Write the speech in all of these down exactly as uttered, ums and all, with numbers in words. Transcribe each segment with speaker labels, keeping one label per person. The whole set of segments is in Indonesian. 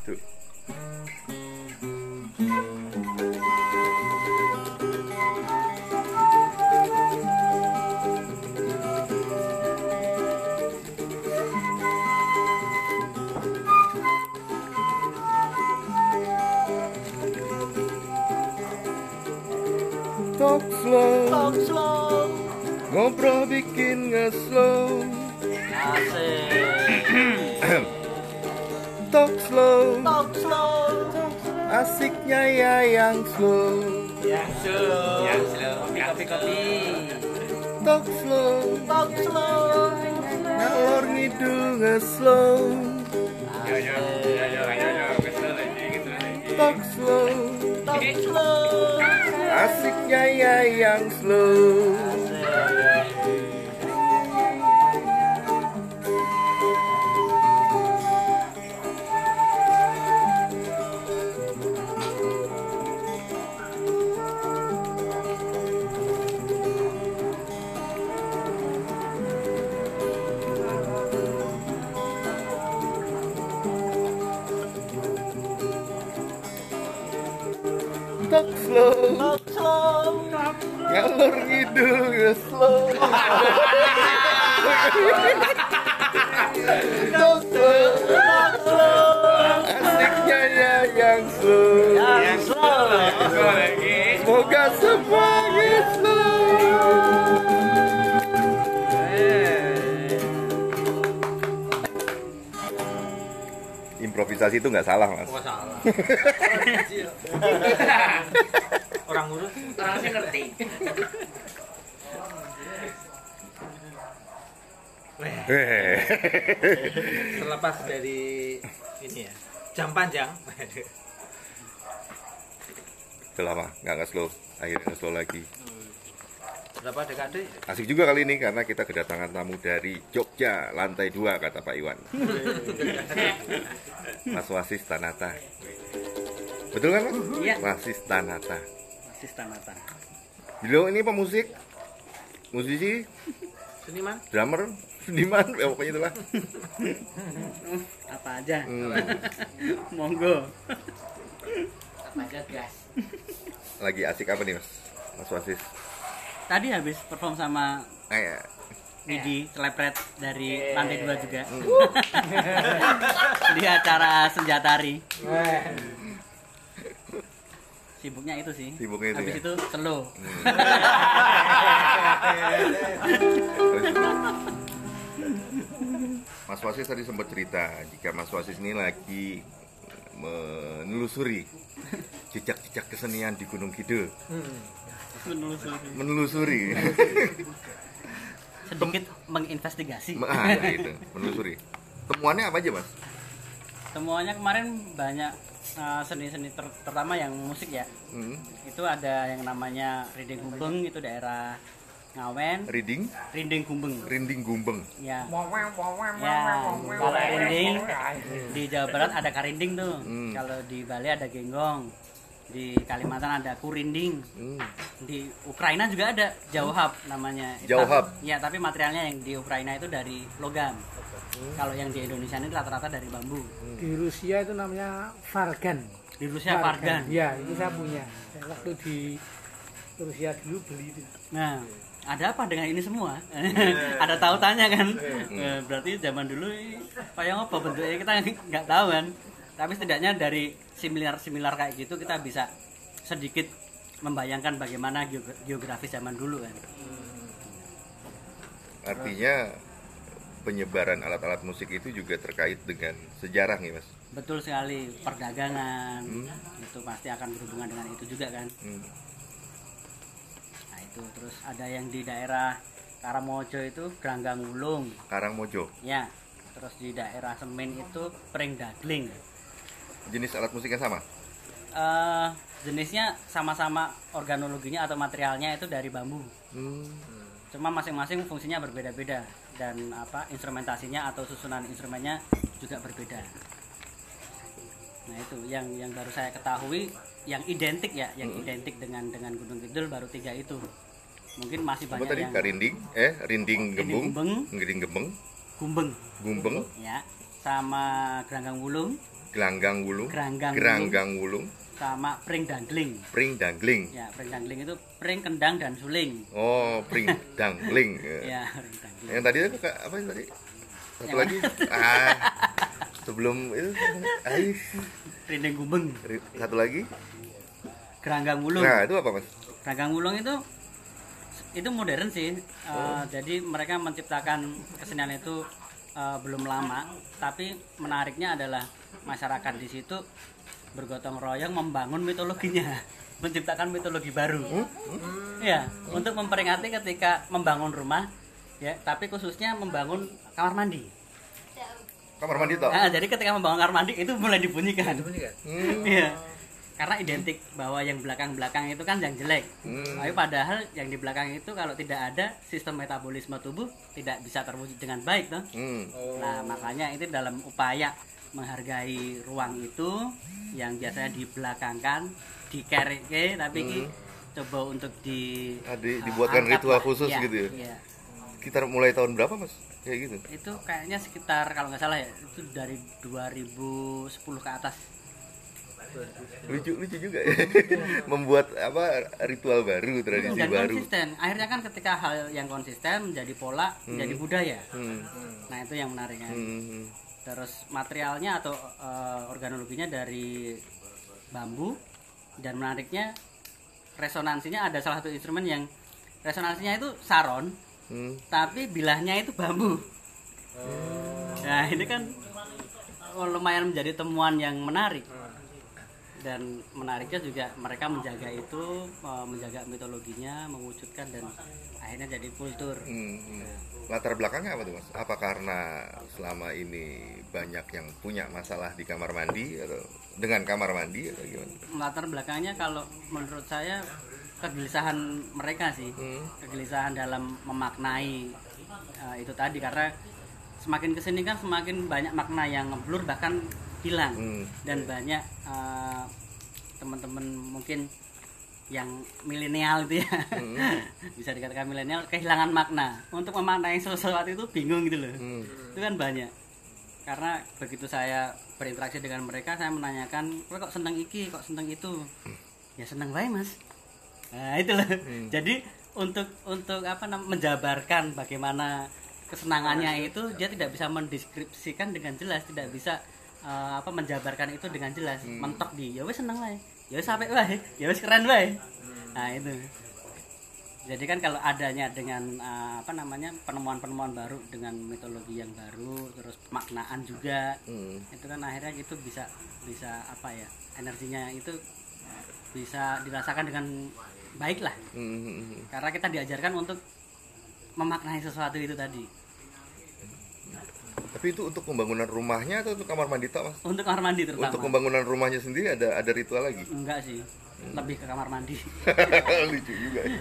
Speaker 1: Tuh. Talk slow,
Speaker 2: Talk slow.
Speaker 1: ngobrol bikin nge-slow.
Speaker 2: Asik.
Speaker 1: Talk slow,
Speaker 2: Talk slow.
Speaker 1: asiknya ya yang slow.
Speaker 2: Yang slow. Yang slow. Kopi kopi kopi.
Speaker 1: Talk slow,
Speaker 2: Talk slow.
Speaker 1: ngalor ngidul nge-slow.
Speaker 3: Yo yo yo yo yo yo kesel lagi gitu lagi.
Speaker 1: Talk slow,
Speaker 2: Talk slow.
Speaker 1: asiknya ya yang slow. Talk slow,
Speaker 2: Talk slow.
Speaker 1: ngalor ngidul nge-slow. Talk slow,
Speaker 2: Talk slow.
Speaker 1: asiknya ya yang slow.
Speaker 2: Yang slow.
Speaker 3: Kesel lagi.
Speaker 1: Semoga semuanya slow. Improvisasi itu nggak salah, Mas.
Speaker 3: Oh, salah. Orang urus, orang sih ngerti.
Speaker 1: Hehehe.
Speaker 3: Terlepas dari ini ya, jam panjang.
Speaker 1: Udah lama nggak nge-slow, akhirnya nge-slow lagi.
Speaker 3: Berapa dekade?
Speaker 1: Asik juga kali ini karena kita kedatangan tamu dari Jogja, lantai dua kata Pak Iwan. Mas Wasis Tanata. Betul kan, Mas?
Speaker 4: Iya.
Speaker 1: Wasis Tanata.
Speaker 4: Wasis Tanata.
Speaker 1: Beliau ini pemusik, musisi,
Speaker 3: Seniman?
Speaker 1: drummer, seniman, ya pokoknya itulah.
Speaker 4: Apa aja?
Speaker 1: Hmm.
Speaker 4: Monggo.
Speaker 2: Apa aja gas.
Speaker 1: Lagi asik apa nih, Mas? Mas Wasis.
Speaker 4: Tadi habis perform sama
Speaker 1: Ah, ya.
Speaker 4: Widi Celepret dari lantai dua juga. Di acara Senjatari. Sibuknya itu sih.
Speaker 1: Sibuknya itu
Speaker 4: habis
Speaker 1: ya?
Speaker 4: itu slow.
Speaker 1: Mas Wasis tadi sempat cerita jika Mas Wasis ini lagi menelusuri jejak-jejak kesenian di Gunung Kidul.
Speaker 4: Menelusuri.
Speaker 1: Menelusuri.
Speaker 4: Sedikit menginvestigasi.
Speaker 1: Ah, ya itu, menelusuri. Temuannya apa aja, Mas?
Speaker 4: Temuannya kemarin banyak uh, seni-seni ter- terutama yang musik ya.
Speaker 1: Hmm.
Speaker 4: Itu ada yang namanya Rinding Gumbeng, itu daerah Ngawen.
Speaker 1: Reading,
Speaker 4: Rinding Gumbeng.
Speaker 1: Rinding Gumbeng.
Speaker 4: Ya. Ya, kalau rinding di Jawa Barat ada karinding tuh.
Speaker 1: Hmm.
Speaker 4: Kalau di Bali ada genggong. Di Kalimantan ada kurinding.
Speaker 1: Hmm.
Speaker 4: Di Ukraina juga ada jauhab namanya.
Speaker 1: Jauhab?
Speaker 4: Tapi- Ya, tapi materialnya yang di Ukraina itu dari logam. Kalau yang di Indonesia ini rata-rata dari bambu.
Speaker 5: Di Rusia itu namanya Vargan.
Speaker 4: Di Rusia Vargan.
Speaker 5: Iya, itu saya punya. Saya waktu di Rusia dulu beli itu.
Speaker 4: Nah, ada apa dengan ini semua? Ada tautannya kan? Eh, berarti zaman dulu kayak apa bentuknya kita nggak tahu kan? Tapi setidaknya dari similar-similar kayak gitu kita bisa sedikit membayangkan bagaimana geog- geografis zaman dulu kan.
Speaker 1: Artinya penyebaran alat-alat musik itu juga terkait dengan sejarah nih, Mas.
Speaker 4: Betul sekali, perdagangan
Speaker 1: Hmm.
Speaker 4: itu pasti akan berhubungan dengan itu juga kan.
Speaker 1: Hmm.
Speaker 4: Nah itu terus ada yang di daerah Karamojo itu Granggang Wulung,
Speaker 1: Karangmojo.
Speaker 4: ya. Terus di daerah Semen itu Pring Dagling.
Speaker 1: Jenis alat musik yang sama?
Speaker 4: Eh, jenisnya sama-sama organologinya atau materialnya itu dari bambu.
Speaker 1: Hmm.
Speaker 4: Cuma masing-masing fungsinya berbeda-beda dan apa instrumentasinya atau susunan instrumennya juga berbeda. Nah itu yang yang baru saya ketahui yang identik ya, yang
Speaker 1: Hmm.
Speaker 4: identik dengan dengan Gunung Kidul baru tiga itu. Mungkin masih
Speaker 1: Apa
Speaker 4: banyak
Speaker 1: tadi?
Speaker 4: yang
Speaker 1: Karinding, eh, rinding gembung,
Speaker 4: gumbeng.
Speaker 1: rinding gembeng,
Speaker 4: gumbeng
Speaker 1: gumbeng,
Speaker 4: ya, sama Granggang Wulung,
Speaker 1: Gelanggang Wulung,
Speaker 4: Geranggang
Speaker 1: Geranggang Wulung,
Speaker 4: sama pring dangling.
Speaker 1: Pring Dangling.
Speaker 4: Ya, pring dangling itu pring, kendang dan suling.
Speaker 1: Oh, Pring Dangling.
Speaker 4: Ya, pring dangling.
Speaker 1: Yang tadi itu apa sih tadi? Satu
Speaker 4: Yang
Speaker 1: lagi. Ah, sebelum itu. Ay,
Speaker 4: Rinding gumbeng,
Speaker 1: satu lagi.
Speaker 4: geranggang wulung.
Speaker 1: Nah, itu apa Mas?
Speaker 4: Geranggang wulung itu itu modern sih. Eh,
Speaker 1: Oh.
Speaker 4: Jadi mereka menciptakan kesenian itu eh, belum lama, tapi menariknya adalah masyarakat di situ bergotong royong membangun mitologinya, menciptakan mitologi baru. Ya, untuk memperingati ketika membangun rumah, ya, tapi khususnya membangun kamar mandi.
Speaker 1: Kamar mandi toh?
Speaker 4: Nah, jadi ketika membangun kamar mandi itu mulai dibunyikan.
Speaker 1: Hmm.
Speaker 4: Iya. Karena identik bahwa yang belakang-belakang itu kan yang jelek.
Speaker 1: Hmm.
Speaker 4: Tapi padahal yang di belakang itu kalau tidak ada sistem metabolisme tubuh tidak bisa terwujud dengan baik toh.
Speaker 1: Hmm.
Speaker 4: Nah, makanya itu dalam upaya menghargai ruang itu yang biasanya dibelakangkan, dikereke, tapi ini coba untuk di
Speaker 1: Ah, di-
Speaker 4: uh,
Speaker 1: dibuatkan
Speaker 4: angkat
Speaker 1: ritual
Speaker 4: lah.
Speaker 1: khusus
Speaker 4: Iya,
Speaker 1: gitu ya?
Speaker 4: iya.
Speaker 1: Kita mulai tahun berapa Mas? Kayak gitu.
Speaker 4: Itu kayaknya sekitar kalau nggak salah ya itu dari dua ribu sepuluh ke atas.
Speaker 1: Lucu lucu juga ya. Membuat apa ritual baru, tradisi
Speaker 4: Dan
Speaker 1: baru.
Speaker 4: konsisten. Akhirnya kan ketika hal yang konsisten menjadi pola, menjadi budaya.
Speaker 1: Hmm.
Speaker 4: Nah, itu yang menariknya.
Speaker 1: Hmm.
Speaker 4: Terus materialnya atau eh, organologinya dari bambu, dan menariknya resonansinya ada salah satu instrumen yang resonansinya itu saron,
Speaker 1: Hmm.
Speaker 4: tapi bilahnya itu bambu. Nah, ini kan oh, lumayan menjadi temuan yang menarik. Dan menariknya juga mereka menjaga itu, eh, menjaga mitologinya, mewujudkan, dan akhirnya jadi kultur.
Speaker 1: Hmm, hmm. Latar belakangnya apa tuh Mas? Apa karena selama ini banyak yang punya masalah di kamar mandi atau dengan kamar mandi atau gimana?
Speaker 4: Latar belakangnya kalau menurut saya kegelisahan mereka sih,
Speaker 1: Hmm.
Speaker 4: kegelisahan dalam memaknai eh, itu tadi, karena semakin kesini kan semakin banyak makna yang ngeblur bahkan hilang.
Speaker 1: Hmm.
Speaker 4: Dan banyak eh, teman-teman mungkin yang milenial itu ya, bisa dikatakan milenial, kehilangan makna untuk memaknai sesuatu itu bingung gitu loh.
Speaker 1: Hmm.
Speaker 4: Itu kan banyak, karena begitu saya berinteraksi dengan mereka, saya menanyakan, "Kowe kok seneng iki, kok seneng itu?" Ya seneng bae Mas. Nah itu loh. Jadi untuk untuk apa namanya, menjabarkan bagaimana kesenangannya itu, dia tidak bisa mendeskripsikan dengan jelas, tidak bisa eh, apa menjabarkan itu dengan jelas. Mentok di ya wes seneng wae, ya wes apik wae, ya wes keren wae. Nah itu. Jadi kan kalau adanya dengan eh, apa namanya, penemuan-penemuan baru dengan mitologi yang baru, terus maknaan juga,
Speaker 1: Hmm.
Speaker 4: itu kan akhirnya itu bisa bisa apa ya, energinya itu bisa dirasakan dengan baik lah,
Speaker 1: Hmm.
Speaker 4: karena kita diajarkan untuk memaknai sesuatu itu tadi.
Speaker 1: Tapi itu untuk pembangunan rumahnya atau untuk kamar mandi tok Mas?
Speaker 4: Untuk kamar mandi terutama.
Speaker 1: Untuk pembangunan rumahnya sendiri ada ada ritual lagi.
Speaker 4: Enggak sih, lebih ke kamar mandi.
Speaker 1: Lucu juga. Ya.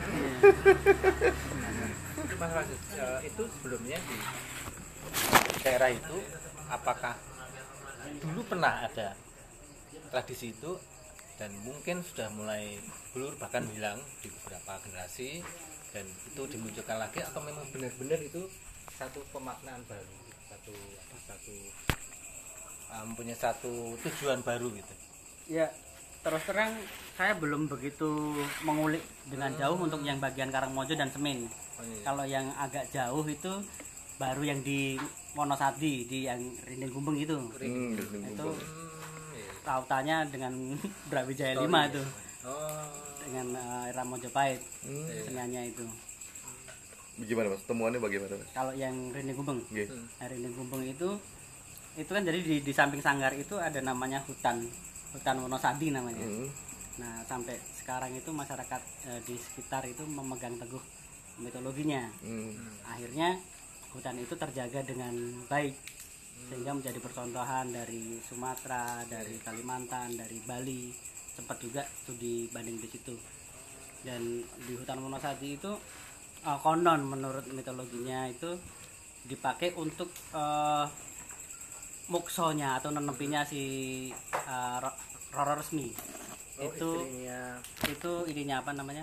Speaker 3: Mas Rasid, eh, itu sebelumnya di daerah itu apakah dulu pernah ada tradisi itu dan mungkin sudah mulai blur bahkan hilang di beberapa generasi, dan itu dimunculkan lagi, atau memang benar-benar itu satu pemaknaan baru, satu apa satu uh, mempunyai satu tujuan baru gitu?
Speaker 4: Ya, terus terang saya belum begitu mengulik dengan jauh untuk yang bagian Karangmojo dan Semin.
Speaker 3: Oh, iya.
Speaker 4: Kalau yang agak jauh itu baru yang di Wonosadi, di yang Rinding Gumbeng itu.
Speaker 1: Hmm,
Speaker 4: Itu
Speaker 3: Hmm, iya.
Speaker 4: rautannya dengan Brawijaya lima itu,
Speaker 3: Oh,
Speaker 4: dengan uh, Ira Mojopahit,
Speaker 1: Hmm.
Speaker 4: keseniannya itu.
Speaker 1: Gimana Mas? Temuannya bagaimana Mas?
Speaker 4: Kalau yang Rinding Gumbeng,
Speaker 1: Nggih.
Speaker 4: nah, Rinding Gumbeng itu itu kan jadi di, di samping sanggar itu ada namanya hutan, hutan Wonosadi namanya.
Speaker 1: Hmm.
Speaker 4: Nah, sampai sekarang itu masyarakat eh, di sekitar itu memegang teguh mitologinya.
Speaker 1: Hmm.
Speaker 4: Akhirnya hutan itu terjaga dengan baik, sehingga menjadi percontohan dari Sumatera, dari Kalimantan, dari Bali, sempat juga studi banding di situ. Dan di hutan Wonosadi itu eh, konon menurut mitologinya itu dipakai untuk eh, muksonya atau nenepinya si eh, Ro- Roro Resmi. itu itu ininya apa namanya,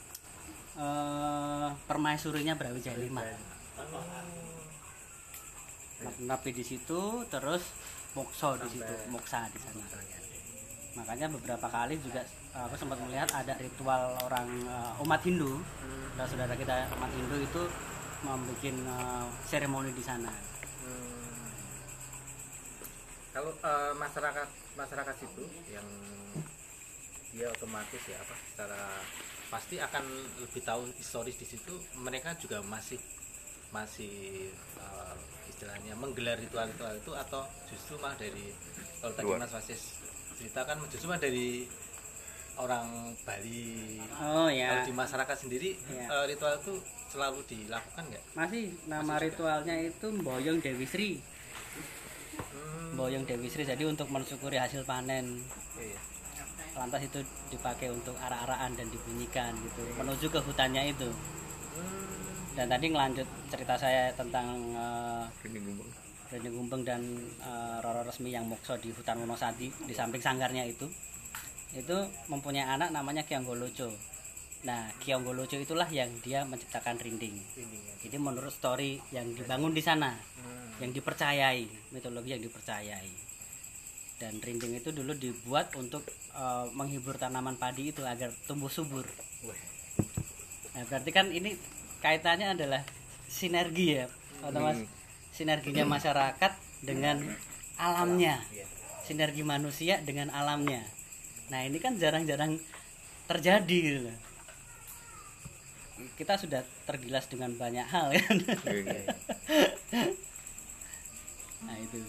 Speaker 4: eh permaisurinya Brawijaya lima. Napi di situ, terus mokso di situ, moksa di sana. Makanya beberapa kali juga uh, aku sempat melihat ada ritual orang uh, umat Hindu, saudara kita umat Hindu itu membuat uh, seremoni di sana.
Speaker 3: Hmm. Kalau uh, masyarakat masyarakat situ yang dia otomatis ya apa secara pasti akan lebih tahu historis di situ, mereka juga masih masih uh, istilahnya menggelar ritual-ritual itu, atau justru malah dari kalau tadi
Speaker 1: Luar.
Speaker 3: Mas Wasis ceritakan justru malah dari orang Bali.
Speaker 4: Oh
Speaker 3: Kalau
Speaker 4: ya.
Speaker 3: di masyarakat sendiri
Speaker 4: Ya.
Speaker 3: uh, ritual itu selalu dilakukan nggak?
Speaker 4: Masih nama
Speaker 3: Masih juga?
Speaker 4: ritualnya itu Mboyong Dewi Sri.
Speaker 3: Hmm.
Speaker 4: Mboyong Dewi Sri, jadi untuk mensyukuri hasil panen.
Speaker 3: Iya.
Speaker 4: Lantas itu dipakai untuk arak-arakan dan dibunyikan gitu menuju ke hutannya itu. Dan tadi ngelanjut cerita saya tentang uh,
Speaker 1: Ini gumbang.
Speaker 4: Rene Gumbeng dan uh, Roro Resmi yang mokso di hutan Wonosati di samping sanggarnya itu. Itu mempunyai anak namanya Kyonggoloco. Nah, Kyonggoloco itulah yang dia menciptakan rinding. Jadi menurut story yang dibangun di sana, yang dipercayai, mitologi yang dipercayai. Dan rinding itu dulu dibuat untuk uh, menghibur tanaman padi itu agar tumbuh subur. Nah, berarti kan ini kaitannya adalah sinergi ya, atau Mas? Sinerginya masyarakat dengan alamnya, sinergi manusia dengan alamnya. Nah, ini kan jarang-jarang terjadi gitu loh. Kita sudah tergilas dengan banyak hal kan. Nah, itu.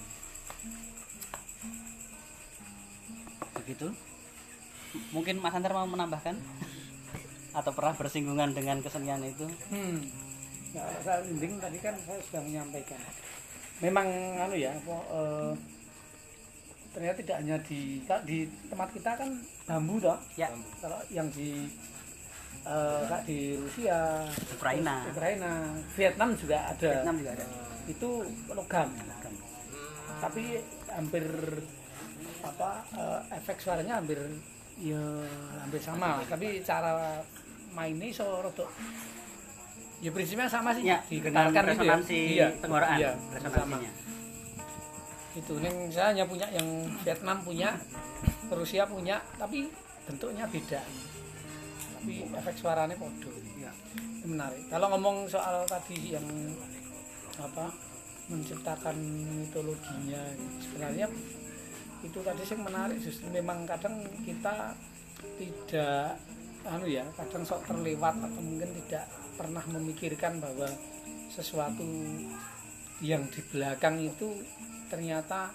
Speaker 4: Begitu. Mungkin Mas Antar mau menambahkan atau pernah bersinggungan dengan kesenian itu?
Speaker 5: Hmm. Ya, soal rinding tadi kan saya sudah menyampaikan. Memang anu ya, apa, eh, ternyata tidak hanya di di tempat kita kan bambu toh.
Speaker 4: Ya.
Speaker 5: Kalau yang di eh, kayak di Rusia,
Speaker 4: Ukraina.
Speaker 5: Ukraina, Vietnam juga ada.
Speaker 4: Vietnam juga ada.
Speaker 5: Itu logam. Tapi hampir apa eh, efek suaranya hampir ya hampir sama, tapi cara mainnya so rodok ya prinsipnya sama sih,
Speaker 4: Ya,
Speaker 5: dikenalkan itu ya.
Speaker 4: resonansi
Speaker 5: Iya,
Speaker 4: tenggorokan,
Speaker 5: iya,
Speaker 4: resonansinya.
Speaker 5: Itu yang saya hanya punya, yang Vietnam punya, Rusia punya, tapi bentuknya beda. Tapi efek suaranya podo. Ya. Menarik. Kalau ngomong soal tadi yang apa menciptakan mitologinya, sebenarnya itu tadi sih menarik, justru memang kadang kita tidak anu ya, kadang sok terlewat atau mungkin tidak pernah memikirkan bahwa sesuatu yang di belakang itu ternyata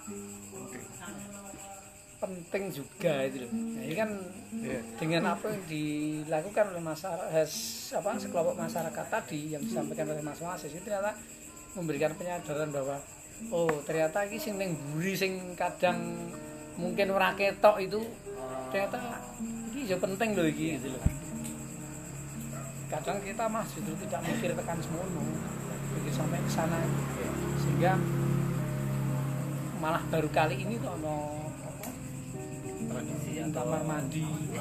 Speaker 5: penting juga itu loh. Nah, ini kan dengan apa yang dilakukan oleh masyarakat, apa sekelompok masyarakat tadi yang disampaikan oleh Mas Wasis itu ternyata memberikan penyadaran bahwa oh ternyata ini sing ning mburi sing kadang mungkin ora ketok itu ternyata ini juga penting loh iki gitu loh. Kadang kita mah justru tidak mikir tekan semono, mikir sampai ke sana sehingga malah baru kali ini tuh ono apa tradisi yang kamar mandi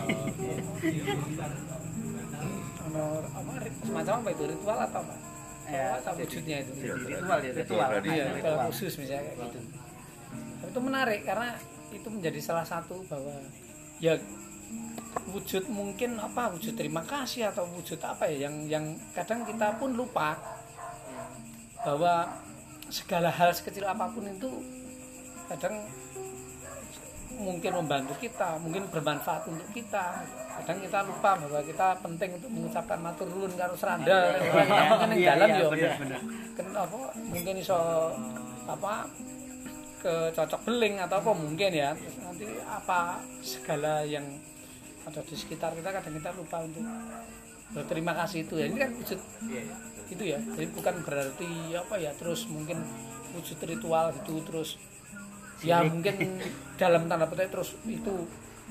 Speaker 5: ono apa semacam apa itu ritual atau apa? Ya, apa wujudnya itu?
Speaker 4: Ritual ya,
Speaker 1: Ritual
Speaker 4: ritual.
Speaker 1: tadi.
Speaker 5: Iya,
Speaker 4: Ritual.
Speaker 5: ritual khusus misalnya kayak gitu. Itu menarik karena itu menjadi salah satu bahwa ya wujud mungkin apa wujud terima kasih atau wujud apa ya yang yang kadang kita pun lupa bahwa segala hal sekecil apapun itu kadang mungkin membantu kita, mungkin bermanfaat untuk kita. Kadang kita lupa bahwa kita penting untuk mengucapkan matur nuwun karo seranda. Mungkin ning dalan yo. Ken apa mungkin iso apa ke cocok beling atau apa mungkin ya. Terus nanti apa segala yang ada di sekitar kita kadang kita lupa untuk berterima kasih itu ya. Ini kan wujud itu ya. Jadi bukan berarti apa ya terus mungkin wujud ritual itu terus ya mungkin dalam tanda petik terus itu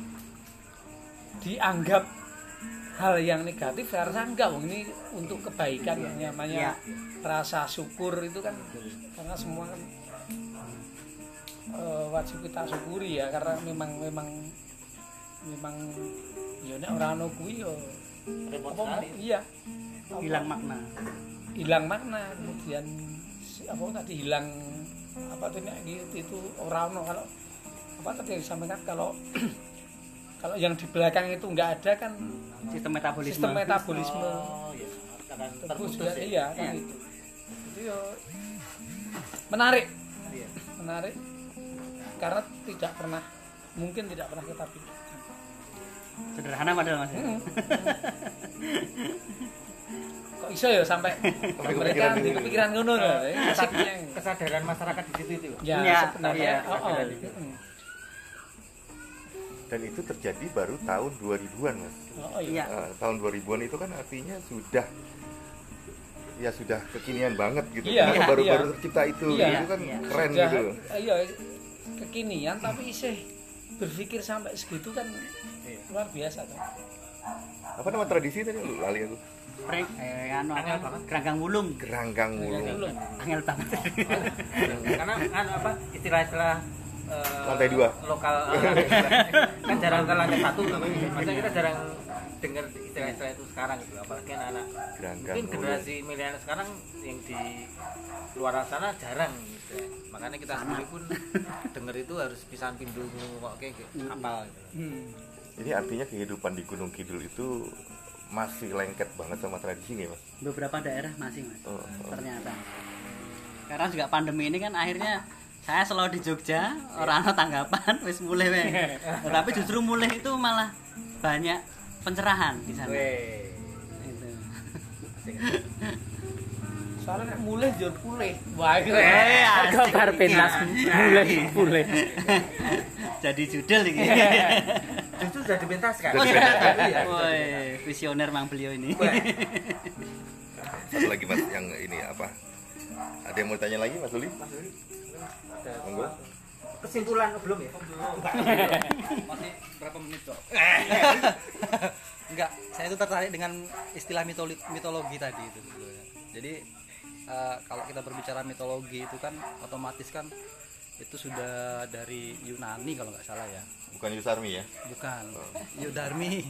Speaker 5: dianggap hal yang negatif. Saya rasa enggak, wong ini untuk kebaikan ya, namanya rasa syukur itu kan karena semua kan e, wajib kita syukuri ya karena memang memang memang ya nek ora ono kuwi yo apa iya
Speaker 4: Hilang makna.
Speaker 5: hilang makna, kemudian apa tadi hilang apa tuh nek gitu itu ora ono kalau apa tadi yang disampaikan kalau kalau yang di belakang itu nggak ada kan
Speaker 4: Sistem metabolisme.
Speaker 5: sistem metabolisme
Speaker 3: Oh, iya. Akan
Speaker 5: tubuh
Speaker 3: terputus
Speaker 5: juga
Speaker 3: ya.
Speaker 5: iya kan
Speaker 4: Iya.
Speaker 5: gitu. Itu yo menarik,
Speaker 3: Iya.
Speaker 5: menarik karena tidak pernah mungkin tidak pernah kita pikirkan.
Speaker 4: Sederhana padahal Mas.
Speaker 5: Hmm. Kok iso ya sampai mereka di kepikiran ngono lho. Asiknya.
Speaker 3: Kesadaran masyarakat di situ itu.
Speaker 5: Ya,
Speaker 4: Iya,
Speaker 5: sebenarnya
Speaker 4: iya,
Speaker 5: oh, oh.
Speaker 3: kesadaran itu.
Speaker 5: Mm.
Speaker 1: Dan itu terjadi baru tahun dua ribuan Mas.
Speaker 5: Oh, oh iya.
Speaker 4: Iya.
Speaker 1: Nah, tahun dua ribuan itu kan artinya sudah ya sudah kekinian banget gitu.
Speaker 5: Iya,
Speaker 1: Karena
Speaker 5: iya,
Speaker 1: baru
Speaker 5: iya.
Speaker 1: baru tercipta itu.
Speaker 5: Iya,
Speaker 1: itu kan
Speaker 4: iya.
Speaker 1: keren
Speaker 5: Sudah,
Speaker 1: gitu.
Speaker 5: iya kekinian tapi isih berpikir sampai segitu kan luar biasa tuh.
Speaker 1: Apa nama tradisi tadi lu lali aku?
Speaker 4: Prek eh anu apa? Geranggang wulung.
Speaker 1: Geranggang Wulung.
Speaker 4: Angel banget.
Speaker 3: Karena anu apa istilah-istilah eh,
Speaker 1: Lantai dua.
Speaker 3: lokal kan jarang ke lantai satu maksudnya kita jarang dengar istilah-istilah itu sekarang gitu apalagi anak-anak
Speaker 1: Geranggang
Speaker 3: mungkin generasi milenial sekarang yang di luar sana jarang gitu ya. Makanya kita sendiri pun denger itu harus pisan pindu kok kayak kapal gitu.
Speaker 5: Hmm.
Speaker 1: Jadi artinya kehidupan di Gunung Kidul itu masih lengket banget sama tradisi nih Mas.
Speaker 4: Beberapa daerah masih Mas.
Speaker 1: Oh, oh.
Speaker 4: Ternyata. Karena juga pandemi ini kan akhirnya saya selalu di Jogja, orang ana tanggapan wis mulai weh. Tapi justru mulai itu malah banyak pencerahan di sana.
Speaker 3: Weh.
Speaker 4: Itu.
Speaker 5: Soalnya nek mulai jur pulih. Wah, itu.
Speaker 4: Eh, asik.
Speaker 5: Kabar pentas mulai pulih.
Speaker 4: Jadi judul ini.
Speaker 3: Justru sudah dipentaskan.
Speaker 4: Oh,
Speaker 1: Sudah dipentaskan.
Speaker 3: Iya.
Speaker 4: Woi, visioner mang beliau ini.
Speaker 1: Satu lagi Mas yang ini apa? Ada yang mau tanya lagi Mas Uli? Monggo.
Speaker 3: Kesimpulan belum ya?
Speaker 6: Masih berapa menit kok? Enggak, saya itu tertarik dengan istilah mitologi, mitologi tadi itu sebetulnya. Jadi eh, kalau kita berbicara mitologi itu kan otomatis kan itu sudah dari Yunani kalau nggak salah ya.
Speaker 1: Bukan Yusarmi ya?
Speaker 6: Bukan, Yudarmi.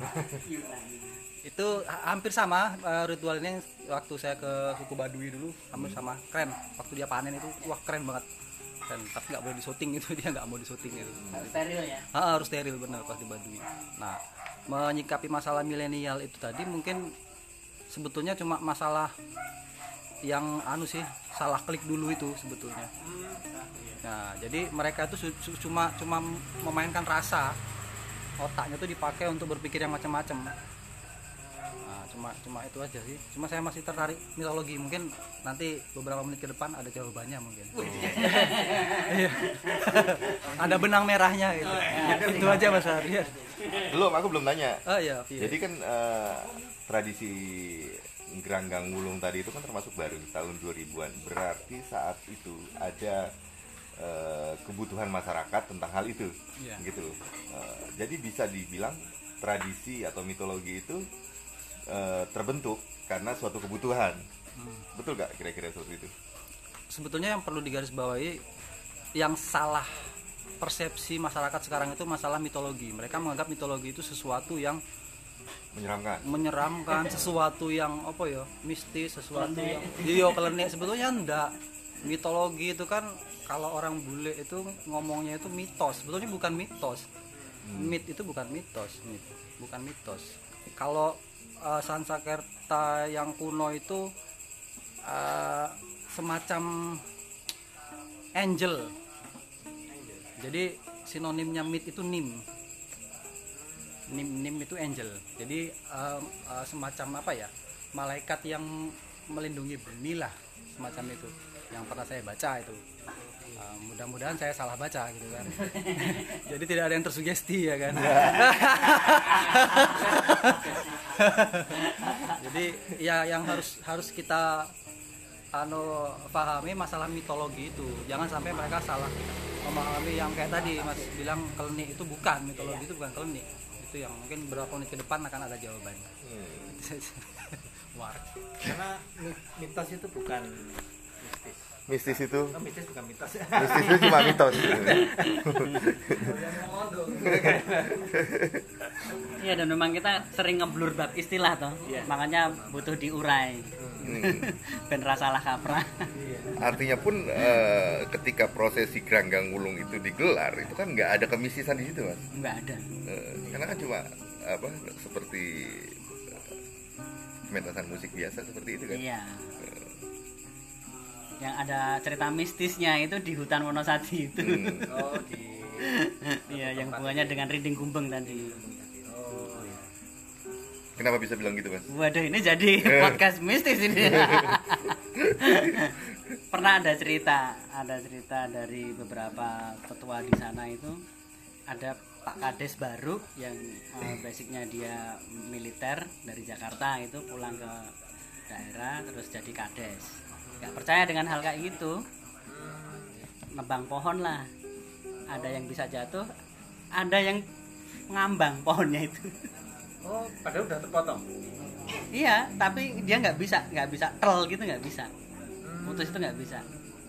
Speaker 6: Itu ha- hampir sama eh, ritual ini waktu saya ke suku Baduy dulu, hampir sama, keren. Waktu dia panen itu, wah keren banget. Keren, tapi nggak boleh disyuting itu, dia nggak mau disyuting itu.
Speaker 4: Steril ya.
Speaker 6: Ah, harus steril benar pas di Baduy. Nah, menyikapi masalah milenial itu tadi mungkin sebetulnya cuma masalah yang anu sih, salah klik dulu itu sebetulnya. Nah, jadi mereka itu su- su- cuma cuma memainkan rasa, otaknya tuh dipakai untuk berpikir yang macam-macam. Nah, cuma cuma itu aja sih. Cuma saya masih tertarik mitologi. Mungkin nanti beberapa menit ke depan ada jawabannya mungkin. Iya. Ada benang merahnya gitu. Itu aja Mas Arya.
Speaker 1: Belum, aku belum tanya.
Speaker 6: Oh iya, iya.
Speaker 1: Jadi kan eh, tradisi Geranggang Wulung tadi itu kan termasuk baru tahun dua ribuan. Berarti saat itu ada eh, kebutuhan masyarakat tentang hal itu.
Speaker 6: Iya.
Speaker 1: Gitu. Eh, jadi bisa dibilang tradisi atau mitologi itu eh, terbentuk karena suatu kebutuhan.
Speaker 6: Hmm.
Speaker 1: Betul gak kira-kira seperti itu?
Speaker 6: Sebetulnya yang perlu digarisbawahi, yang salah persepsi masyarakat sekarang itu masalah mitologi. Mereka menganggap mitologi itu sesuatu yang
Speaker 1: Menyeramkan.
Speaker 6: menyeramkan, sesuatu yang apa ya, mistis, sesuatu yang iya kelenik. Sebetulnya enggak. Mitologi itu kan kalau orang bule itu ngomongnya itu mitos. Sebetulnya bukan mitos. Mit itu bukan mitos, mit bukan mitos. Kalau uh, Sanskerta yang kuno itu uh, semacam angel. Jadi sinonimnya mit itu nim. Nim nim itu angel. Jadi uh, uh, semacam apa ya? Malaikat yang melindungi bumi lah, semacam itu. Yang pernah saya baca itu. Uh, mudah-mudahan saya salah baca gitu kan. Jadi tidak ada yang tersugesti ya kan. Jadi ya yang harus harus kita anu pahami masalah mitologi itu. Jangan sampai mereka salah memahami yang kayak tadi Mas bilang klenik itu bukan, mitologi itu bukan klenik. Itu yang mungkin beberapa menit ke depan akan ada jawabannya.
Speaker 1: Hmm.
Speaker 6: War.
Speaker 3: Karena mi- mitos itu bukan mistis.
Speaker 1: Mistis itu,
Speaker 3: Oh, mistis bukan mitos.
Speaker 1: mistis itu cuma mitos.
Speaker 4: Iya, dan memang kita sering ngeblur bab istilah toh.
Speaker 3: Iya.
Speaker 4: Makanya butuh diurai. ben ra salah kaprah.
Speaker 1: Artinya pun eh, ketika prosesi Granggang Wulung itu digelar itu kan nggak ada kemistisan di situ mas.
Speaker 4: Enggak ada.
Speaker 1: Eh, karena kan cuma apa seperti pementasan musik biasa seperti itu kan.
Speaker 4: Iya. Yang ada cerita mistisnya itu di hutan Wonosadi itu.
Speaker 1: Hmm.
Speaker 3: Oh, di
Speaker 4: Iya, yang hubungannya dengan Rinding Gumbeng tadi.
Speaker 3: Oh, ya.
Speaker 1: Kenapa bisa bilang gitu mas?
Speaker 4: Waduh, ini jadi podcast mistis ini. Pernah ada cerita, ada cerita dari beberapa tetua di sana itu, ada Pak Kades baru yang uh, basicnya dia militer dari Jakarta itu pulang ke daerah terus jadi kades. Gak percaya dengan hal kayak gitu, nebang pohon lah. Ada yang bisa jatuh, ada yang ngambang pohonnya itu.
Speaker 3: Oh, padahal udah terpotong.
Speaker 4: Iya, tapi dia nggak bisa, nggak bisa tel gitu, nggak bisa. Putus itu nggak bisa.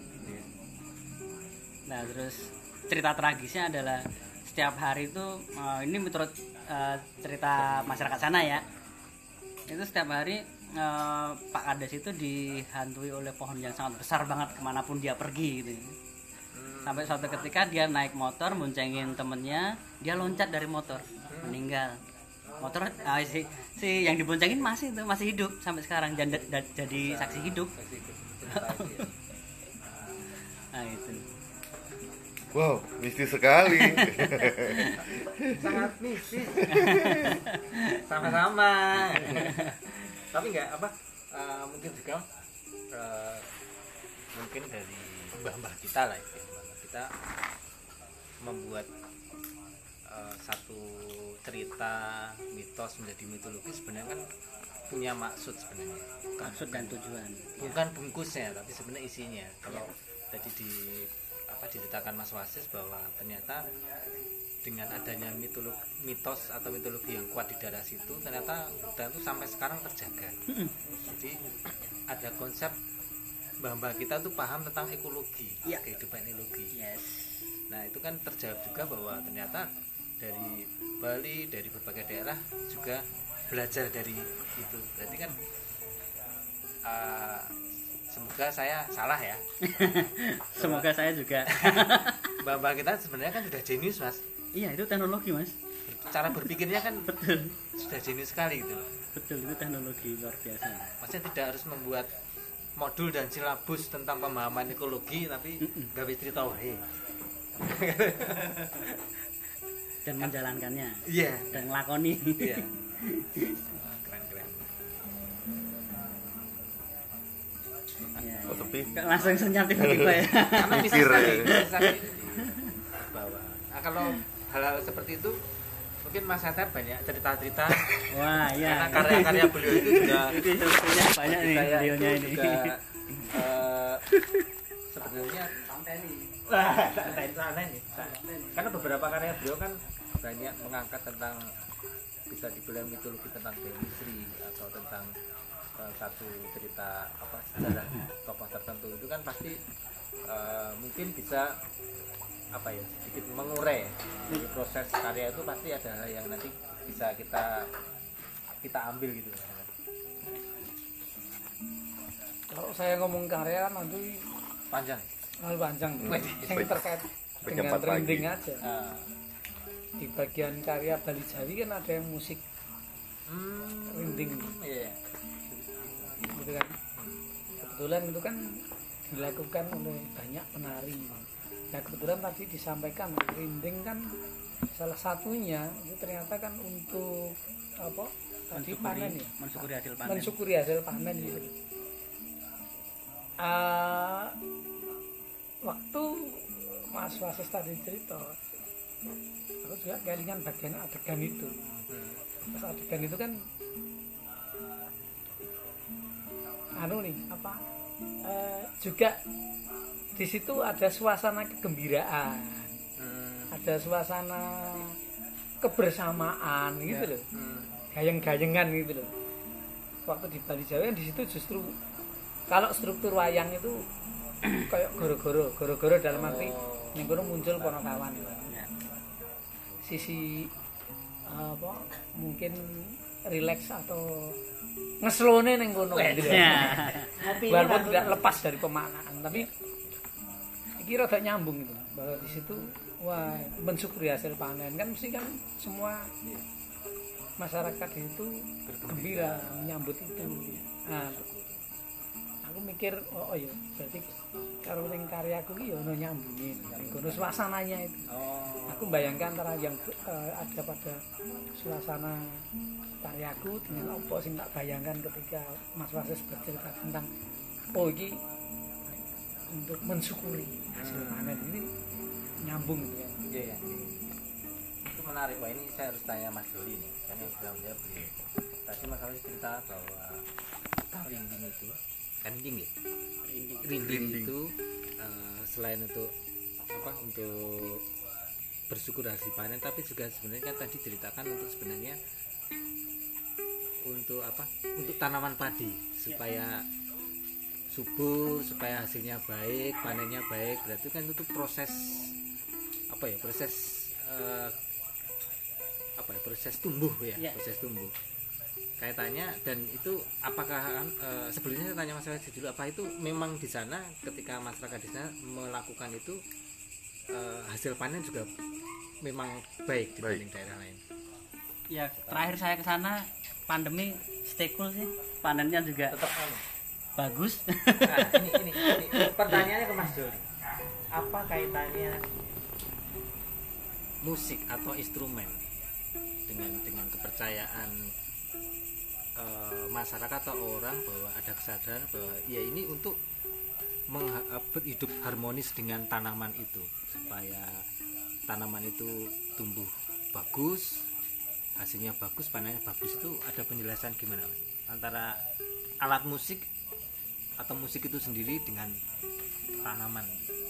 Speaker 4: Nah, terus cerita tragisnya adalah setiap hari itu, uh, ini menurut uh, cerita masyarakat sana ya, itu setiap hari uh, Pak Kades itu dihantui oleh pohon yang sangat besar banget kemanapun dia pergi gitu. Sampai suatu ketika dia naik motor boncengin temennya, dia loncat dari motor, meninggal. Motor uh, si, si yang diboncengin masih itu masih hidup sampai sekarang dan jadi saksi hidup. Nah itu.
Speaker 1: Wow, mistis sekali.
Speaker 3: Sangat mistis. Sama-sama. Tapi enggak apa uh, mungkin juga uh, mungkin dari mbah-mbah kita lah itu. Kita membuat uh, satu cerita mitos menjadi mitologi sebenarnya kan punya maksud sebenarnya,
Speaker 4: Maksud dan tujuan.
Speaker 3: bukan bungkusnya tapi sebenarnya isinya. Kalau tadi di apa diceritakan Mas Wasis bahwa ternyata dengan adanya mitologi, mitos atau mitologi yang kuat di daerah situ, ternyata hutan itu sampai sekarang terjaga. Jadi ada konsep mbah-mbah kita tuh paham tentang ekologi,
Speaker 4: Ya.
Speaker 3: kehidupan ekologi.
Speaker 4: Yes.
Speaker 3: Nah itu kan terjawab juga bahwa ternyata dari Bali, dari berbagai daerah juga belajar dari itu. Berarti kan uh, semoga saya salah ya.
Speaker 4: Semoga saya juga.
Speaker 3: Mbah-mbah kita sebenarnya kan sudah jenius mas.
Speaker 4: Iya, itu teknologi mas.
Speaker 3: Cara berpikirnya kan
Speaker 4: Betul.
Speaker 3: sudah jenius sekali gitu.
Speaker 4: Betul, itu teknologi luar biasa.
Speaker 3: Maksudnya tidak harus membuat modul dan silabus tentang pemahaman ekologi, tapi gawe cerita wae.
Speaker 4: Dan menjalankannya.
Speaker 3: Iya.
Speaker 4: Dan ngelakoni.
Speaker 3: Iya. Wah, keren-keren.
Speaker 4: Iya,
Speaker 1: Oh,
Speaker 4: iya.
Speaker 1: sepi.
Speaker 4: Kok langsung senyap tiba-tiba ya.
Speaker 3: Karena bisa
Speaker 1: Mikir,
Speaker 3: sekali,
Speaker 1: ya.
Speaker 3: bisa sekali bahwa nah, kalau hal-hal seperti itu mungkin Mas Hatta banyak cerita-cerita.
Speaker 4: Wah, iya.
Speaker 3: Karena karya-karya beliau itu juga
Speaker 4: Itu sepertinya banyak nih
Speaker 3: saya
Speaker 4: videonya
Speaker 3: itu
Speaker 4: ini.
Speaker 3: juga eh, sebenarnya wah santai santai nih. Karena beberapa karya beliau kan banyak mengangkat tentang bisa dibilang mitologi tentang Dewi Sri atau tentang uh, satu cerita apa sejarah tokoh tertentu itu kan pasti uh, mungkin bisa apa ya sedikit mengurai dari proses karya itu pasti ada hal yang nanti bisa kita kita ambil gitu.
Speaker 5: Kalau saya ngomong karya nanti
Speaker 3: Panjang.
Speaker 5: terlalu panjang tuh.
Speaker 3: Wih,
Speaker 5: Yang terkait
Speaker 1: Jam
Speaker 5: dengan
Speaker 1: empat pagi.
Speaker 5: trending aja.
Speaker 3: Uh,
Speaker 5: Di bagian karya Bali Jawi kan ada yang musik
Speaker 3: hmm,
Speaker 5: Rinding.
Speaker 3: Iya.
Speaker 5: gitu kan. Kebetulan itu kan dilakukan oleh banyak penari. Nah kebetulan tadi disampaikan rinding kan salah satunya itu ternyata kan untuk apa tadi panen ya,
Speaker 4: Mensyukuri hasil panen.
Speaker 5: mensyukuri hasil panen itu. Uh, waktu Mas Wasis tadi cerita, aku juga kelingan bagian adegan itu. Pas adegan itu kan anu nih apa uh, juga di situ ada suasana kegembiraan, ada suasana kebersamaan gitu loh, gayeng-gayengan gitu loh. Waktu di Bali Jawa di situ justru kalau struktur wayang itu kayak goro-goro, goro-goro dalam arti yang kono muncul ponokawan.
Speaker 4: Ya.
Speaker 5: Sisi apa mungkin rileks atau ngeslone ning kono gitu
Speaker 4: Ya.
Speaker 5: walaupun tidak lepas dari pemaknaan tapi kira gak nyambung gitu bahwa di situ wah mensyukuri hasil panen kan mesti kan semua masyarakat itu gembira menyambut itu. Nah, aku mikir oh, oh ya berarti karo ning karyaku ki ya ono nyambunge ning kono suasananya itu. Aku bayangkan antara yang uh, ada pada suasana karyaku dengan apa sing tak bayangkan ketika Mas Wasis bercerita tentang oh iki untuk mensyukuri hasil panen ini nyambung gitu kan.
Speaker 3: Iya ya. Itu menarik. Wah, ini saya harus tanya Mas Doli nih, karena yang sudah menjawab beliau. Tadi Mas Doli cerita bahwa rinding itu, kan rinding ya? Rinding, rinding itu uh, selain untuk apa? Untuk bersyukur hasil panen, tapi juga sebenarnya kan tadi ceritakan untuk sebenarnya untuk apa? Untuk tanaman padi supaya subur, supaya hasilnya baik, panennya baik. Berarti kan itu proses apa ya? Proses uh, apa ya? Proses tumbuh ya,
Speaker 4: Ya.
Speaker 3: proses tumbuh. Kaitannya dan itu apakah uh, sebelumnya saya tanya Mas Wasis dulu, apa itu memang di sana ketika masyarakat di sana melakukan itu uh, hasil panen juga memang baik dibanding daerah lain.
Speaker 4: Ya, terakhir saya ke sana pandemi stay cool sih. Panennya juga
Speaker 3: Tetap anu.
Speaker 4: bagus.
Speaker 3: Nah, ini, ini, ini pertanyaannya ke Mas Doli. Apa kaitannya musik atau instrumen dengan dengan kepercayaan uh, masyarakat atau orang bahwa ada kesadaran bahwa ya ini untuk mengha- berhidup harmonis dengan tanaman itu supaya tanaman itu tumbuh bagus, hasilnya bagus, panennya bagus. Itu ada penjelasan gimana Mas? Antara alat musik atau musik itu sendiri dengan tanaman.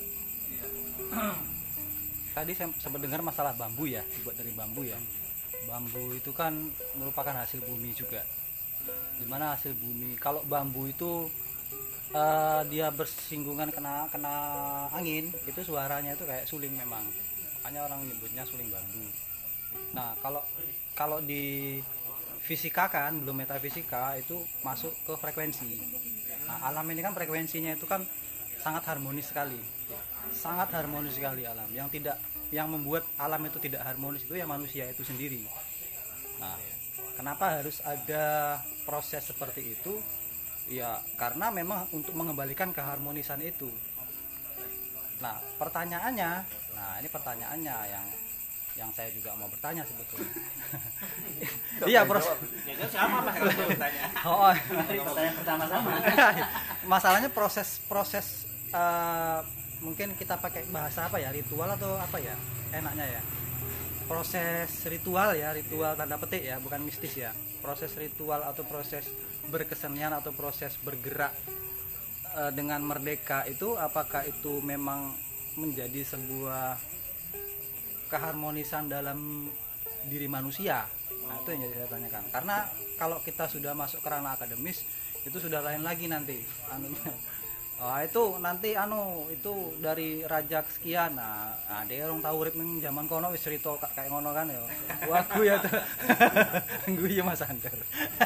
Speaker 6: Tadi saya sempat dengar masalah bambu ya, dibuat dari bambu ya. Bambu itu kan merupakan hasil bumi juga. Dimana hasil bumi, kalau bambu itu uh, dia bersinggungan kena kena angin, itu suaranya itu kayak suling memang. Makanya orang nyebutnya suling bambu. Nah, kalau kalau di fisika kan, belum metafisika itu masuk ke frekuensi. Nah, alam ini kan frekuensinya itu kan sangat harmonis sekali. Sangat harmonis sekali alam. Yang tidak yang membuat alam itu tidak harmonis itu ya manusia itu sendiri. Nah, kenapa harus ada proses seperti itu? Ya, karena memang untuk mengembalikan keharmonisan itu. Nah, pertanyaannya, nah ini pertanyaannya yang yang saya juga mau bertanya sebetulnya. Iya, proses.
Speaker 3: Ya kan sama Mas kalau bertanya.
Speaker 6: Oh, oh.
Speaker 4: Pertanyaan bersama-sama.
Speaker 6: Masalahnya proses proses uh, mungkin kita pakai bahasa apa ya, ritual atau apa ya enaknya ya, proses ritual ya, ritual tanda petik ya, bukan mistis ya, proses ritual atau proses berkesenian atau proses bergerak uh, dengan merdeka itu apakah itu memang menjadi sebuah keharmonisan dalam diri manusia? Nah, itu yang jadi saya tanyakan, karena kalau kita sudah masuk ke ranah akademis itu sudah lain lagi nanti anunya. Oh, itu nanti anu itu dari raja sekian. Nah, nah dia orang tahu urip ning zaman kono wis cerita kayak ngono kan ya. Wagu ya tuh. Guyu Mas Ander.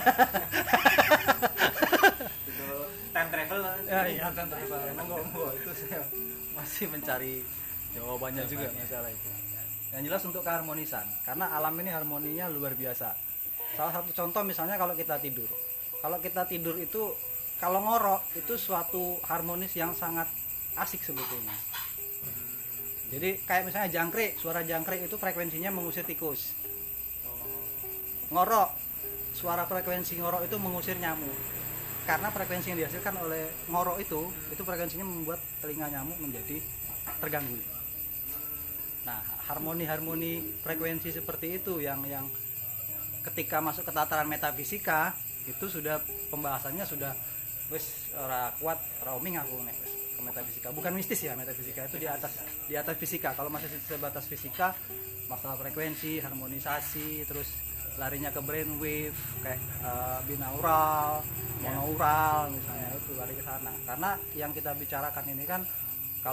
Speaker 3: Itu time travel.
Speaker 6: Ya iya kan travel. Monggo itu saya masih mencari jawabannya juga masalah itu. Yang jelas untuk keharmonisan, karena alam ini harmoninya luar biasa. Salah satu contoh misalnya kalau kita tidur. Kalau kita tidur itu kalau ngorok itu suatu harmonis yang sangat asik sebetulnya. Jadi kayak misalnya jangkrik, suara jangkrik itu frekuensinya mengusir tikus. Ngorok, suara frekuensi ngorok itu mengusir nyamuk. Karena frekuensi yang dihasilkan oleh ngorok itu, itu frekuensinya membuat telinga nyamuk menjadi terganggu. Nah, harmoni-harmoni frekuensi seperti itu yang yang ketika masuk ke tataran metafisika itu sudah pembahasannya sudah wis ora kuat roaming aku nek ke metafisika, bukan mistis ya, metafisika itu di atas di atas fisika. Kalau masih sebatas fisika, masalah frekuensi, harmonisasi, terus larinya ke brainwave kayak uh, binaural, monaural misalnya, itu lari ke sana. Karena yang kita bicarakan ini kan kalau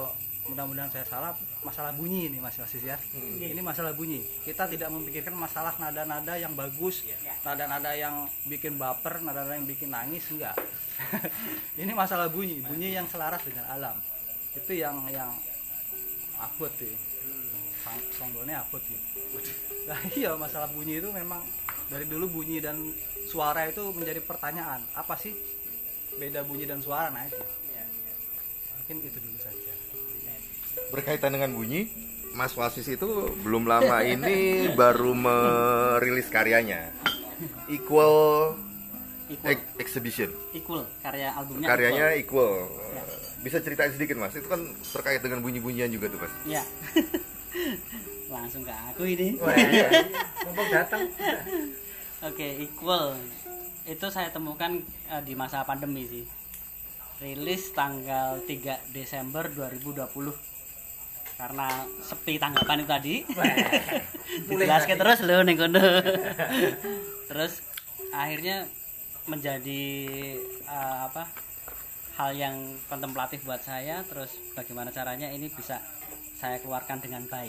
Speaker 6: mudah-mudahan saya salah, masalah bunyi ini Mas Wasis ya. Hmm. Ini masalah bunyi. Kita tidak memikirkan masalah nada-nada yang bagus, nada-nada yang bikin baper, nada-nada yang bikin nangis, enggak. Ini masalah bunyi, bunyi yang selaras dengan alam. Itu yang yang abot tuh. Songgolnya abot sih. Nah, iya, masalah bunyi itu memang dari dulu bunyi dan suara itu menjadi pertanyaan. Apa sih beda bunyi dan suara? Nah itu. Mungkin itu dulu saja.
Speaker 1: Berkaitan dengan bunyi, Mas Wasis itu belum lama ini baru merilis karyanya Equal,
Speaker 4: Equal.
Speaker 1: Ex- Exhibition.
Speaker 4: Equal, karya albumnya.
Speaker 1: Karyanya
Speaker 4: Equal.
Speaker 1: Equal. Bisa ceritain sedikit Mas? Itu kan terkait dengan bunyi-bunyian juga tuh Mas.
Speaker 4: Iya. Langsung ke aku ini.
Speaker 5: Mumpung datang.
Speaker 4: Oke, Equal. Itu saya temukan uh, di masa pandemi sih. Rilis tanggal tiga Desember dua ribu dua puluh. Karena sepi tanggapan itu tadi. Dijelaskan terus loh ning kono. Terus akhirnya menjadi uh, apa? hal yang kontemplatif buat saya, terus bagaimana caranya ini bisa saya keluarkan dengan baik.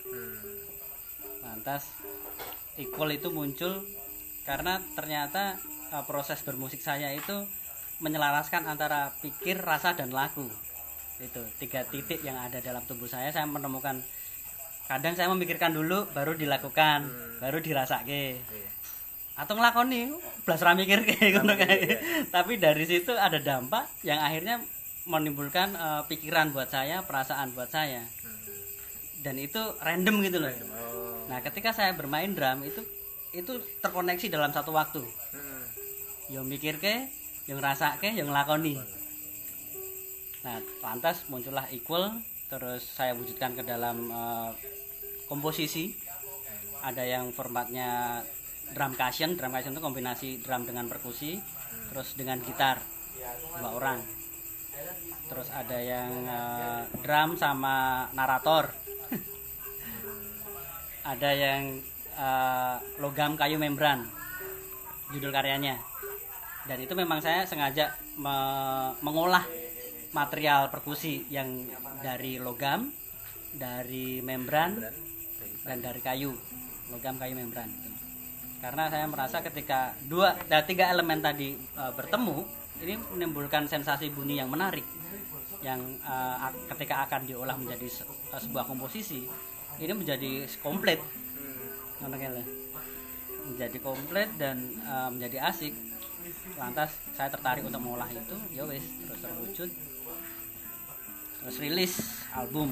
Speaker 4: Lantas Equal itu muncul karena ternyata uh, proses bermusik saya itu menyelaraskan antara pikir, rasa, dan lagu. Itu tiga titik yang ada dalam tubuh saya. Saya menemukan kadang saya memikirkan dulu baru dilakukan, hmm. baru dirasake. Yeah. Atau ngelakoni blas ra mikir kayak ngono kayak. Tapi dari situ ada dampak yang akhirnya menimbulkan uh, pikiran buat saya, perasaan buat saya. Hmm. Dan itu random gitu loh. Random. Oh. Nah, ketika saya bermain drum itu itu terkoneksi dalam satu waktu. Hmm. Yo mikirke, yo ngrasake, yo nglakoni. Nah, lantas muncullah Equal, terus saya wujudkan ke dalam uh, komposisi. Ada yang formatnya drum cushion, drum cushion itu kombinasi drum dengan perkusi, terus dengan gitar dua orang. Terus ada yang uh, drum sama narator. Ada yang uh, logam kayu membran, judul karyanya. Dan itu memang saya sengaja me- mengolah material perkusi yang dari logam, dari membran, dan dari kayu, logam kayu membran. Karena saya merasa ketika dua dan tiga elemen tadi uh, bertemu, ini menimbulkan sensasi bunyi yang menarik, yang uh, ketika akan diolah menjadi se- uh, sebuah komposisi, ini menjadi komplit, menjadi komplit dan uh, menjadi asik. Lantas saya tertarik untuk mengolah itu, ya wes terus terwujud, terus rilis album.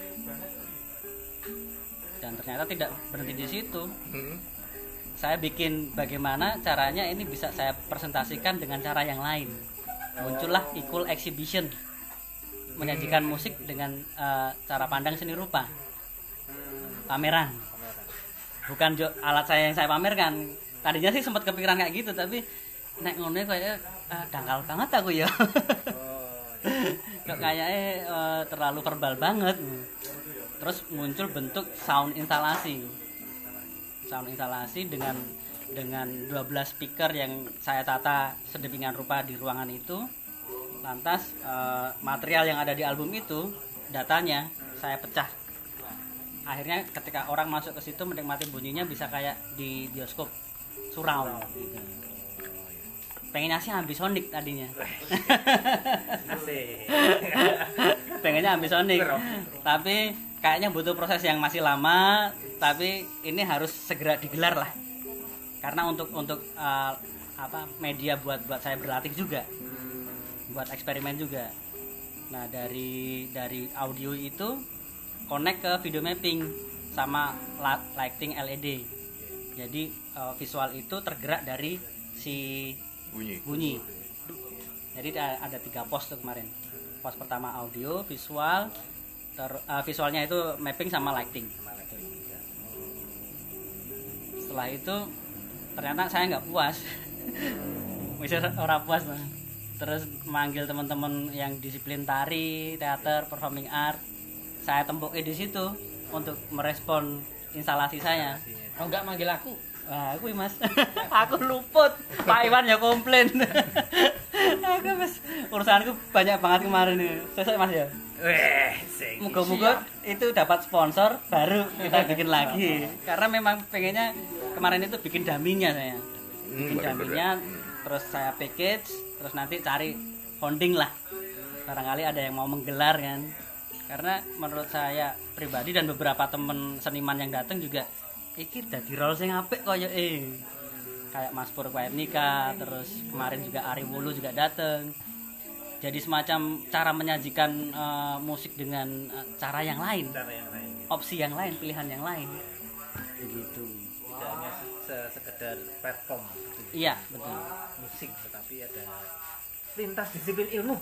Speaker 4: Dan ternyata tidak berhenti di situ. Saya bikin bagaimana caranya ini bisa saya presentasikan dengan cara yang lain. Muncullah Equal Exhibition, menyajikan musik dengan uh, cara pandang seni rupa, pameran. Bukan jo, alat saya yang saya pamerkan. Tadinya sih sempat kepikiran kayak gitu, tapi nek ngono kayak uh, dangkal banget aku ya. Kok kayaknya uh, terlalu verbal banget. Terus muncul bentuk sound instalasi. Sound instalasi dengan dengan dua belas speaker yang saya tata sedemikian rupa di ruangan itu. Lantas uh, material yang ada di album itu, datanya saya pecah. Akhirnya ketika orang masuk ke situ menikmati bunyinya bisa kayak di bioskop surround gitu. Pengennya sih ambisonic tadinya. Pengennya ambisonic. Tapi kayaknya butuh proses yang masih lama, tapi ini harus segera digelar lah. Karena untuk untuk uh, apa media buat buat saya berlatih juga. Buat eksperimen juga. Nah, dari dari audio itu connect ke video mapping sama lighting L E D. Jadi uh, visual itu tergerak dari si
Speaker 1: bunyi.
Speaker 4: bunyi. Jadi ada tiga pos tuh kemarin. Pos pertama audio, visual, ter, uh, visualnya itu mapping sama lighting. Setelah itu ternyata saya nggak puas. Bisa orang puas lah. Terus manggil teman-teman yang disiplin tari, teater, performing art. Saya tembukin di situ untuk merespon instalasi saya.
Speaker 5: Oh enggak manggil aku?
Speaker 4: Wah, aku Mas. Aku luput. Pak Iwan ya komplain. Aku Mas, urusanku banyak banget kemarin nih. Sesuk Mas ya.
Speaker 3: Weh, sing.
Speaker 4: Moga-moga itu dapat sponsor baru kita bikin lagi. Karena memang pengennya kemarin itu bikin daminya saya. Bikin
Speaker 1: Hmm,
Speaker 4: daminya, terus saya package, terus nanti cari founding lah. Barangkali ada yang mau menggelar kan. Karena menurut saya pribadi dan beberapa temen seniman yang datang juga iki dadi role sing apik koyo eh. Kayak Mas Pur Nika, terus kemarin juga Ari Wulu juga datang. Jadi semacam cara menyajikan uh, musik dengan uh, cara yang lain,
Speaker 3: Cara yang lain.
Speaker 4: opsi yang lain, pilihan yang lain. Begitu.
Speaker 3: Tidak hanya se- sekedar perform gitu.
Speaker 4: Iya, betul.
Speaker 3: Musik, tetapi ada lintas disiplin ilmu.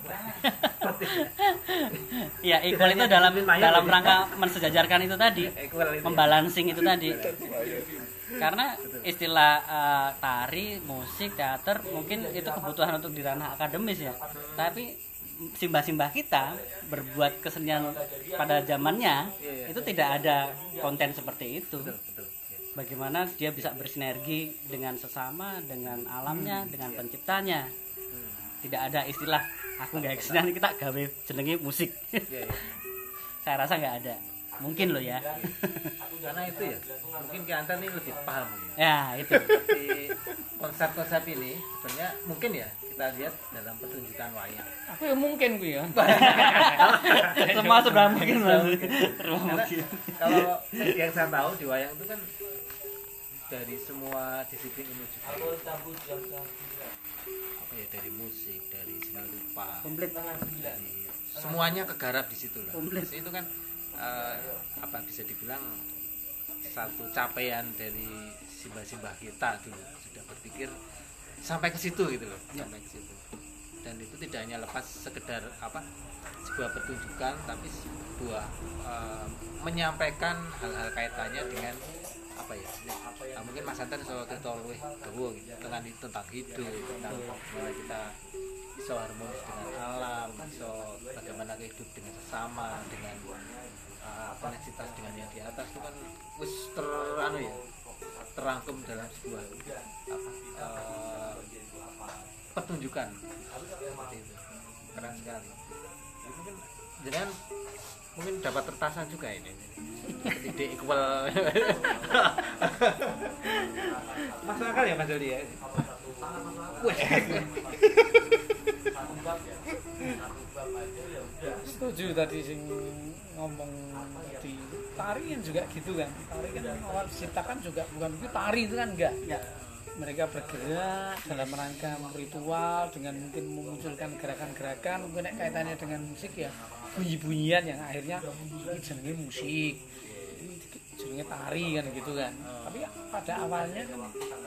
Speaker 4: Iya, equal itu dalam dalam rangka mensejajarkan itu tadi,
Speaker 3: Equal itu ya.
Speaker 4: membalancing itu tadi. Karena istilah uh, tari, musik, teater mungkin itu kebutuhan untuk di ranah akademis ya. Tapi simbah-simbah kita berbuat kesenian pada zamannya itu tidak ada konten seperti itu. Bagaimana dia bisa bersinergi dengan sesama, dengan alamnya, dengan penciptanya. Tidak ada istilah aku nggak kesenian kita gawe jenenge musik.
Speaker 3: Iya, iya.
Speaker 4: Saya rasa nggak ada. Mungkin loh ya.
Speaker 3: Karena itu ya, mungkin Kiantan ini lebih paham.
Speaker 4: Ya itu.
Speaker 3: Di konsep-konsep ini sebenarnya mungkin ya kita lihat dalam pertunjukan wayang.
Speaker 5: Aku ya mungkin gue ya.
Speaker 4: Semua sudah mungkin mas.
Speaker 3: Karena kalau yang saya tahu di wayang itu kan dari semua disiplin ilmu juga. Apa ya, dari musik, dari seni rupa,
Speaker 4: Komplit.
Speaker 3: dari semuanya kegarap di situ lah.
Speaker 4: Komplit.
Speaker 3: Terus itu kan eh, apa bisa dibilang satu capaian dari simbah-simbah kita dulu sudah berpikir sampai ke situ gitu loh, sampai ke situ. Dan itu tidak hanya lepas sekedar apa sebuah pertunjukan, tapi sebuah eh, menyampaikan hal-hal kaitannya dengan apa ya, nah, mungkin Mas Anton iso cerita luwih dawa gitu tentang tentang hidup, tentang bagaimana kita iso harmonis dengan alam, iso bagaimana hidup dengan sesama, dengan uh, koneksitas dengan yang di atas itu kan wis ter anu ya, terangkum dalam sebuah apa, uh, pertunjukan seperti itu. Keren sekali. Jadi mungkin dengan mungkin dapat tertasan juga ini. Tidak equal. Masuk akal ya Mas Dodi ya. Wes.
Speaker 5: Setuju tadi sing ngomong di tari kan juga gitu kan. Tari kan awal diciptakan juga bukan itu tari itu kan enggak.
Speaker 4: Ya.
Speaker 5: Mereka bergerak dalam rangka ritual dengan mungkin memunculkan gerakan-gerakan mungkin nek kaitannya dengan musik ya bunyi-bunyian yang akhirnya ini jenenge musik, ini jenenge tari kan gitu kan. Tapi ya, pada awalnya kan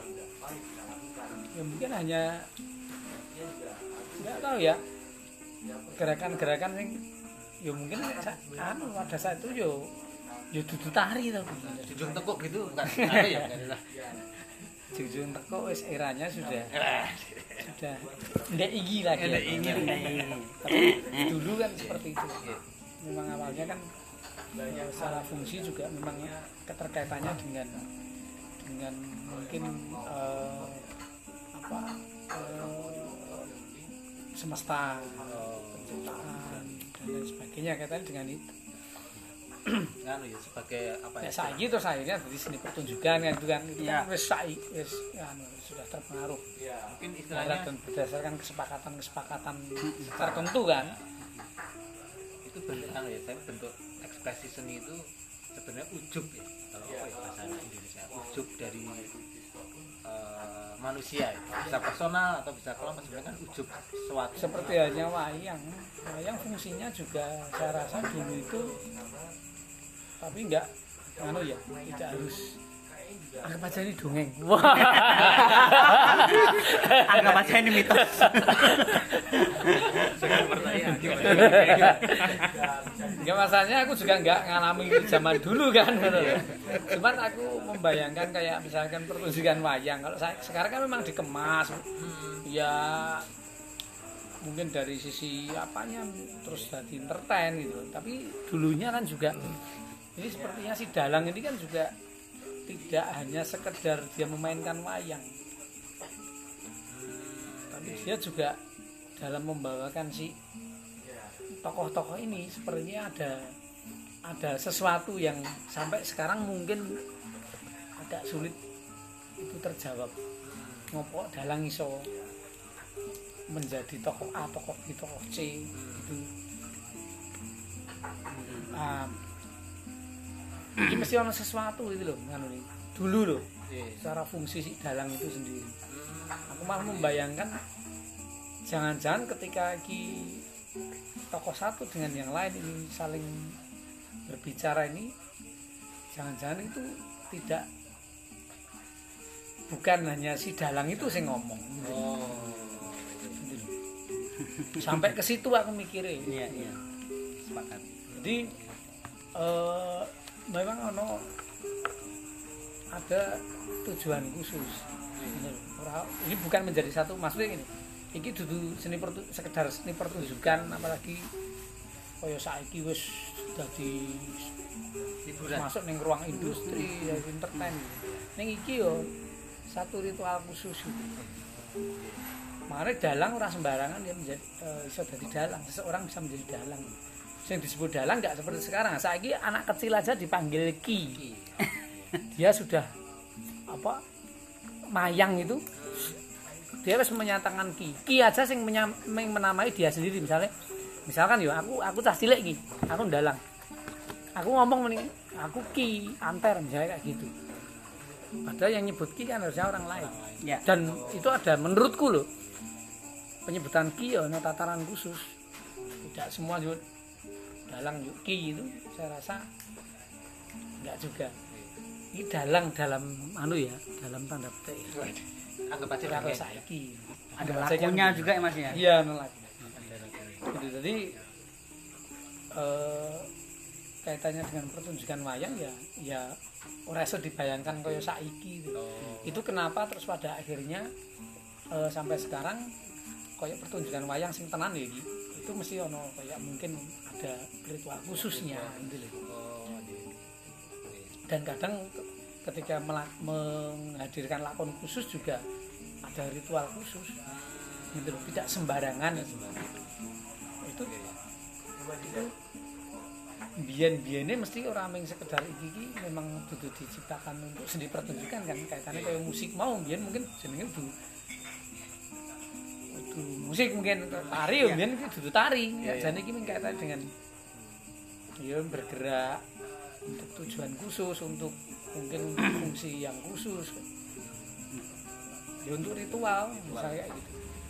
Speaker 5: ya mungkin hanya nggak tahu ya gerakan-gerakan yang ya mungkin anu pada saat itu yo yo dudu tari tapi
Speaker 3: Junjung tekuk gitu bukan apa ya bukan.
Speaker 5: Jujur teko wis eranya sudah sudah ndak igi lagi.
Speaker 3: Ndak igi, ndak
Speaker 5: Tapi dulu kan seperti itu. Memang awalnya kan ya, secara fungsi juga memang keterkaitannya dengan dengan mungkin eh, apa eh, semesta, penciptaan dan lain sebagainya kaitannya dengan itu.
Speaker 3: Anu ya sebagai apa ya?
Speaker 5: Ya saiki terus akhirnya dari seni pertunjukan kan itu kan itu
Speaker 4: Ya.
Speaker 5: kan wis saiki wis anu sudah terpengaruh
Speaker 3: Mungkin
Speaker 5: Nah,
Speaker 3: istilahnya
Speaker 5: dan berdasarkan kesepakatan-kesepakatan tertentu kan.
Speaker 3: itu bentuk anu ya, saya bentuk ekspresi seni itu sebenarnya ujub ya. Kalau apa ya bahasa Indonesia, ujub dari eh, manusia ya. Bisa personal atau bisa kelompok, sebenarnya kan ujub sesuatu.
Speaker 5: Seperti halnya wayang. Wayang fungsinya juga saya rasa dulu itu tapi enggak anu ya, tidak harus anggap aja ini dongeng.
Speaker 4: Wah. Anggap aja ini mitos.
Speaker 5: Enggak masalahnya aku juga enggak ngalami zaman dulu kan. Cuman aku membayangkan kayak misalkan pertunjukan wayang. Kalau saya sekarang kan memang dikemas. Ya mungkin dari sisi apanya terus jadi entertain gitu. Tapi dulunya kan juga ini sepertinya si dalang ini kan juga tidak hanya sekedar dia memainkan wayang, tapi dia juga dalam membawakan si tokoh-tokoh ini sepertinya ada ada sesuatu yang sampai sekarang mungkin agak sulit itu terjawab. Ngopo dalang iso menjadi tokoh A, tokoh B, tokoh C itu. Nah, ini mesti ada sesuatu itu loh, nganu nih. Dulu loh, secara fungsi si dalang itu sendiri. Aku malah membayangkan jangan-jangan ketika ki tokoh satu dengan yang lain ini saling berbicara ini, jangan-jangan itu tidak bukan hanya si dalang itu sing ngomong. Oh. Sampai ke situ aku mikirin.
Speaker 4: Iya, iya. Sepakat.
Speaker 5: Jadi eh, memang ono ada tujuan khusus. Ini bukan menjadi satu, maksudnya ini. Iki dudu seni pertu, sekedar seni pertunjukan, apalagi kaya saiki wis dadi hiburan masuk ning ruang industri ya entertain. Ning iki yo satu ritual khusus gitu. Makanya dalang ora sembarangan ya menjadi uh, bisa jadi dalang. Seseorang bisa menjadi dalang. Yang disebut dalang enggak seperti sekarang. Saiki anak kecil aja dipanggil ki. Dia sudah apa? Mayang itu dia harus menyatakan ki. Ki aja sing menamai dia sendiri misalnya. Misalkan yo aku aku cah cilik iki, aku dalang. Aku ngomong mending aku ki Anter misalnya kayak gitu. Padahal yang nyebut ki kan harusnya orang lain. Ya. Dan itu ada menurutku loh. Penyebutan ki ya ada tataran khusus. Tidak semua juga dalang juga ki itu saya rasa enggak juga. Ini dalang dalam anu ya, dalam tanda petik.
Speaker 3: Anggap aja
Speaker 5: karo saiki.
Speaker 4: Ada lakunya juga ya Mas ya?
Speaker 5: Iya, ada laku. Jadi, jadi eh, kaitannya dengan pertunjukan wayang ya ya ora iso dibayangkan kaya saiki gitu. Oh. Itu kenapa terus pada akhirnya eh, sampai sekarang kaya pertunjukan wayang sing tenan ya iki. Itu mesti ono kayak mungkin ada ritual khususnya gitu loh. Dan kadang ketika menghadirkan lakon khusus juga ada ritual khusus gitu loh, tidak sembarangan itu itu biyen-biyene mesti orang yang sekedar iki iki memang dudu diciptakan untuk seni pertunjukan kan kaitannya kayak musik mau biyen mungkin jenenge dudu musik mungkin tari ya biyen iki dudu tari ya jane iki kaitannya dengan ya bergerak untuk tujuan khusus untuk mungkin untuk fungsi yang khusus ya untuk ritual misalnya kayak gitu.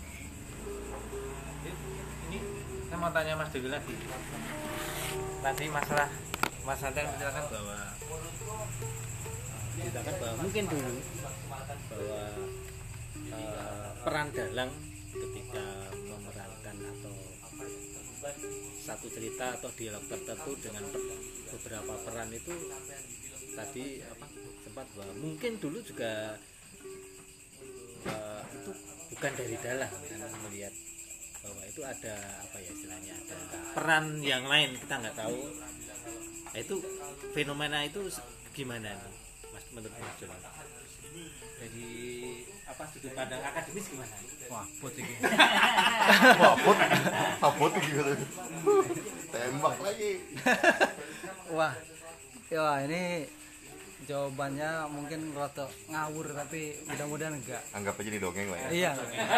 Speaker 3: Ini saya mau tanya Mas Dewi lagi tadi masalah Mas Santen menjelaskan bahwa menceritakan bahwa mungkin dulu bahwa uh, peran dalang ketika memerankan atau satu cerita atau dialog tertentu dengan beberapa peran itu tadi apa sempat bahwa mungkin dulu juga uh, itu bukan dari dalang karena melihat bahwa itu ada apa ya istilahnya ada peran yang lain kita nggak tahu. Nah, itu fenomena itu gimana nih Mas menurut Mas Jono? Jadi apa sudut pandang akademis gimana?
Speaker 6: Wah, put iki.
Speaker 1: Wah, put. Apot gitu. Tembak lagi.
Speaker 6: Wah. Ya ini jawabannya mungkin rada ngawur tapi mudah-mudahan enggak.
Speaker 1: Anggap aja di dongeng lah ya.
Speaker 6: Iya.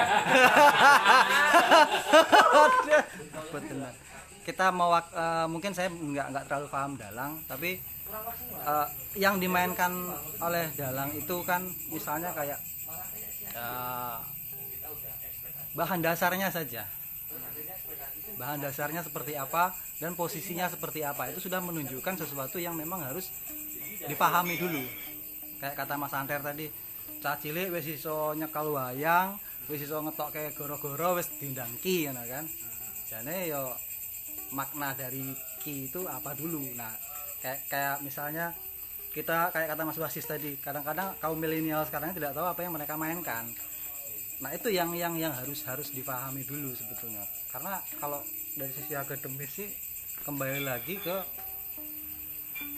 Speaker 6: Betul. Kita mau uh, mungkin saya enggak enggak terlalu paham dalang, tapi uh, yang dimainkan oleh dalang itu kan misalnya kayak uh, bahan dasarnya saja. Bahan dasarnya seperti apa dan posisinya seperti apa itu sudah menunjukkan sesuatu yang memang harus dipahami dulu. Kayak kata Mas Anter tadi, cah cilik wis iso nyekal wayang, wis iso ngetokke goro-goro wis diundang ki ngono kan. Jane yo makna dari ki itu apa dulu. Nah, kayak kayak misalnya kita kayak kata Mas Wasis tadi, kadang-kadang kaum milenial sekarang tidak tahu apa yang mereka mainkan. Nah, itu yang yang yang harus harus dipahami dulu sebetulnya. Karena kalau dari sisi akademis sih kembali lagi ke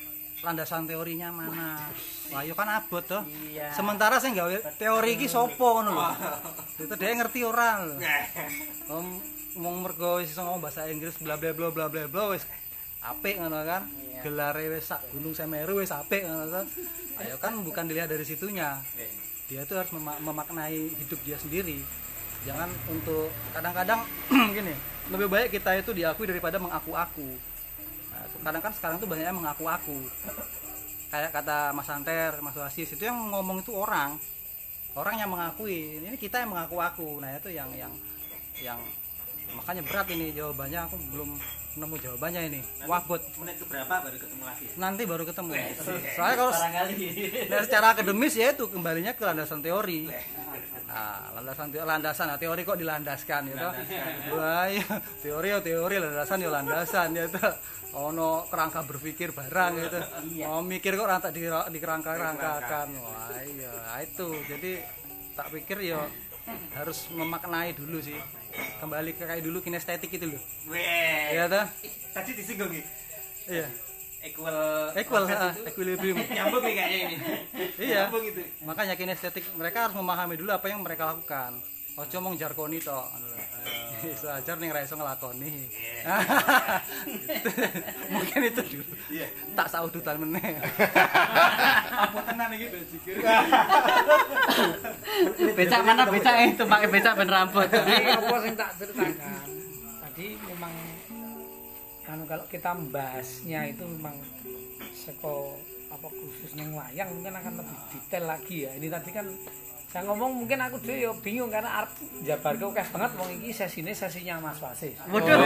Speaker 6: landasan teorinya mana. Wah, yo kan abot toh.
Speaker 2: Iya.
Speaker 6: Sementara saya nggak teori iki sopo ngono lho. Itu dia ngerti ora lho. Om ngomong mergo iso ngomong bahasa Inggris bla bla bla bla bla bla wis apik ngono kan. Gelare wis sak Gunung Semeru wis apik ngono kan. Ayo kan bukan dilihat dari situnya. Dia tuh harus mema- memaknai hidup dia sendiri. Jangan untuk kadang-kadang gini, lebih baik kita itu diakui daripada mengaku-aku. Nah, kadang kan sekarang tuh banyaknya mengaku-aku. Kayak kata Mas Anter, Mas Wasis itu yang ngomong itu orang, orang yang mengakui. Ini kita yang mengaku-aku. Nah itu yang yang yang makanya berat ini jawabannya. Aku belum nemu jawabannya ini. Wabot.
Speaker 2: Menit keberapa baru ketemu lagi?
Speaker 6: Nanti baru ketemu. Soalnya kalau nah, secara akademis ya itu kembalinya ke landasan teori. Nah, landasan teori, landasan nah, teori kok dilandaskan gitu. Wah, ya, teori ya teori, landasan ya landasan gitu. Ono kerangka berpikir barang gitu. Oh mikir kok rantak di di kerangka-rangkakan. Wah, iya itu. Jadi tak pikir ya harus memaknai dulu sih. Kembali ke kayak dulu kinestetik itu loh.
Speaker 2: Weh.
Speaker 6: Iya toh?
Speaker 2: Tadi disinggung nih.
Speaker 6: Iya.
Speaker 2: Equal
Speaker 6: Equal,
Speaker 2: proses
Speaker 6: ah,
Speaker 2: itu
Speaker 6: equilibrium.
Speaker 2: nyambung nih kayaknya ini.
Speaker 6: Iya.
Speaker 2: Nyambung itu.
Speaker 6: Makanya kinestetik mereka harus memahami dulu apa yang mereka lakukan. Ojo mong jarkoni tok. Iso ajar ning ra iso nglakoni. Gitu. Mungkin itu dulu.
Speaker 2: Iya.
Speaker 6: Tak saudutan meneh.
Speaker 2: Apa tenan iki bajikir.
Speaker 4: Becak mana becak itu pakai becak ben rambut.
Speaker 5: Jadi apa sing tak ceritakan tadi memang anu kalau kita membahasnya itu memang seko apa khusus neng wayang mungkin akan lebih detail lagi ya. Ini tadi kan saya ngomong mungkin aku dhewe yo bingung karena arep jabarke akeh banget wong iki sesine sesinya Mas Wasis.
Speaker 4: Waduh.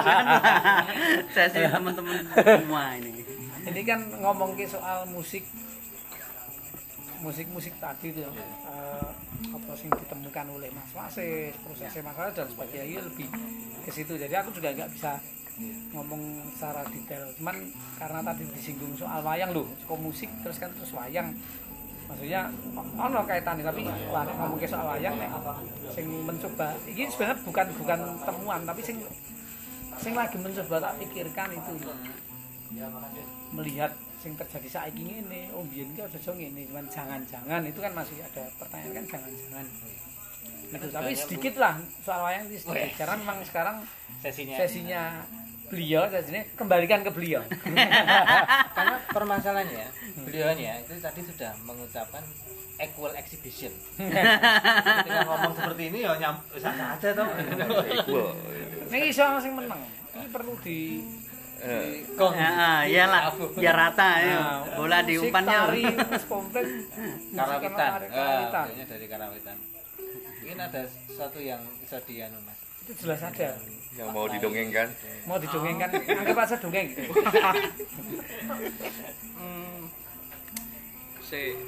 Speaker 4: Sesi teman-teman semua ini.
Speaker 5: Ini kan ngomong ke soal musik musik-musik tadi itu uh, apa sing ditemukan oleh Mas Wasis, prosesnya Mas Wasis dan sebagainya lebih ke situ. Jadi aku juga nggak bisa ngomong secara detail. Cuman karena tadi disinggung soal wayang loh, suka musik terus kan terus wayang. Maksudnya ono kaitannya tapi wah ngomong ke soal wayang nek sing mencoba ini sebenarnya bukan bukan temuan tapi sing sing lagi mencoba tak pikirkan itu melihat sing terjadi saiki ngene oh biyen ki aja ngene cuman jangan-jangan itu kan masih ada pertanyaan kan jangan-jangan itu tapi sedikit lah soal wayang itu sedikit karena memang sekarang
Speaker 3: Sesinya.
Speaker 5: sesinya beliau sesinya kembalikan ke beliau
Speaker 3: Karena permasalahannya beliaunya itu tadi sudah mengucapkan equal exhibition. Ketika ngomong seperti ini ya nyam sama aja toh.
Speaker 1: Equal.
Speaker 5: ini iso sing menang ini perlu di
Speaker 1: Eh,
Speaker 3: Kong.
Speaker 4: Ya, iyalah, biar rata ya. Bola
Speaker 5: musik,
Speaker 4: diumpannya.
Speaker 5: tari wis komplit
Speaker 3: Karawitan.
Speaker 5: Tari,
Speaker 3: Eh,
Speaker 5: karawitan.
Speaker 3: kayaknya dari karawitan. Mungkin ada sesuatu yang bisa dianu Mas.
Speaker 5: itu jelas ada
Speaker 1: yang mau didongengkan.
Speaker 5: mau didongengkan anggap aja dongeng gitu.
Speaker 7: Hmm, si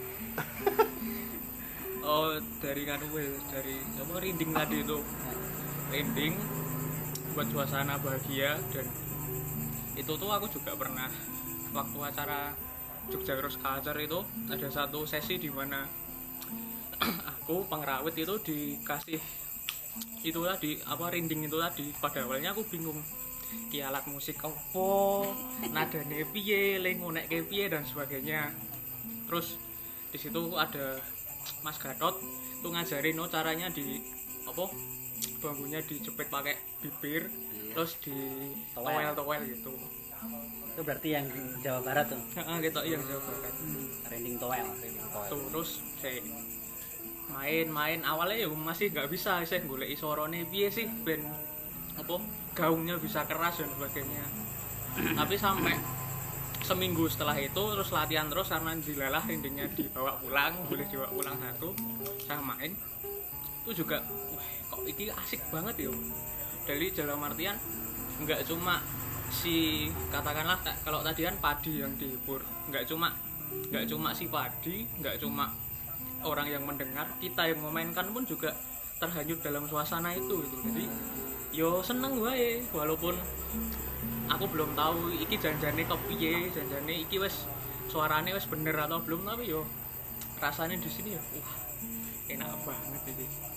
Speaker 7: oh dari kan dari apa rinding tadi itu rinding buat suasana bahagia dan itu tuh aku juga pernah waktu acara Jogja Cross Culture itu ada satu sesi di mana aku pengrawit itu dikasih itu tadi apa rinding itu tadi pada awalnya aku bingung ki alat musik apa nadane piye le ngonekke piye dan sebagainya terus di situ ada Mas Gatot tuh ngajarin oh caranya di apa bambunya dijepit pakai bibir terus di toel toel gitu
Speaker 4: Itu berarti yang Jawa Barat tuh.
Speaker 7: heeh gitu yang Jawa Barat
Speaker 4: Rending toel.
Speaker 7: tuh terus saya main-main awalnya ya masih nggak bisa saya golek sorone piye sih ben apa gaungnya bisa keras dan sebagainya tapi sampai seminggu setelah itu terus latihan terus karena dilalah rindingnya dibawa pulang boleh dibawa pulang satu saya main itu juga wah kok ini asik banget ya dari dalam artian nggak cuma si katakanlah kalau tadi kan padi yang dihibur nggak cuma nggak cuma si padi nggak cuma orang yang mendengar kita yang memainkan pun juga terhanyut dalam suasana itu gitu. Jadi yo seneng wae walaupun aku belum tahu iki janjane kepiye janjane iki wis suarane wis bener atau belum tapi yo rasanya di sini ya wah enak banget ini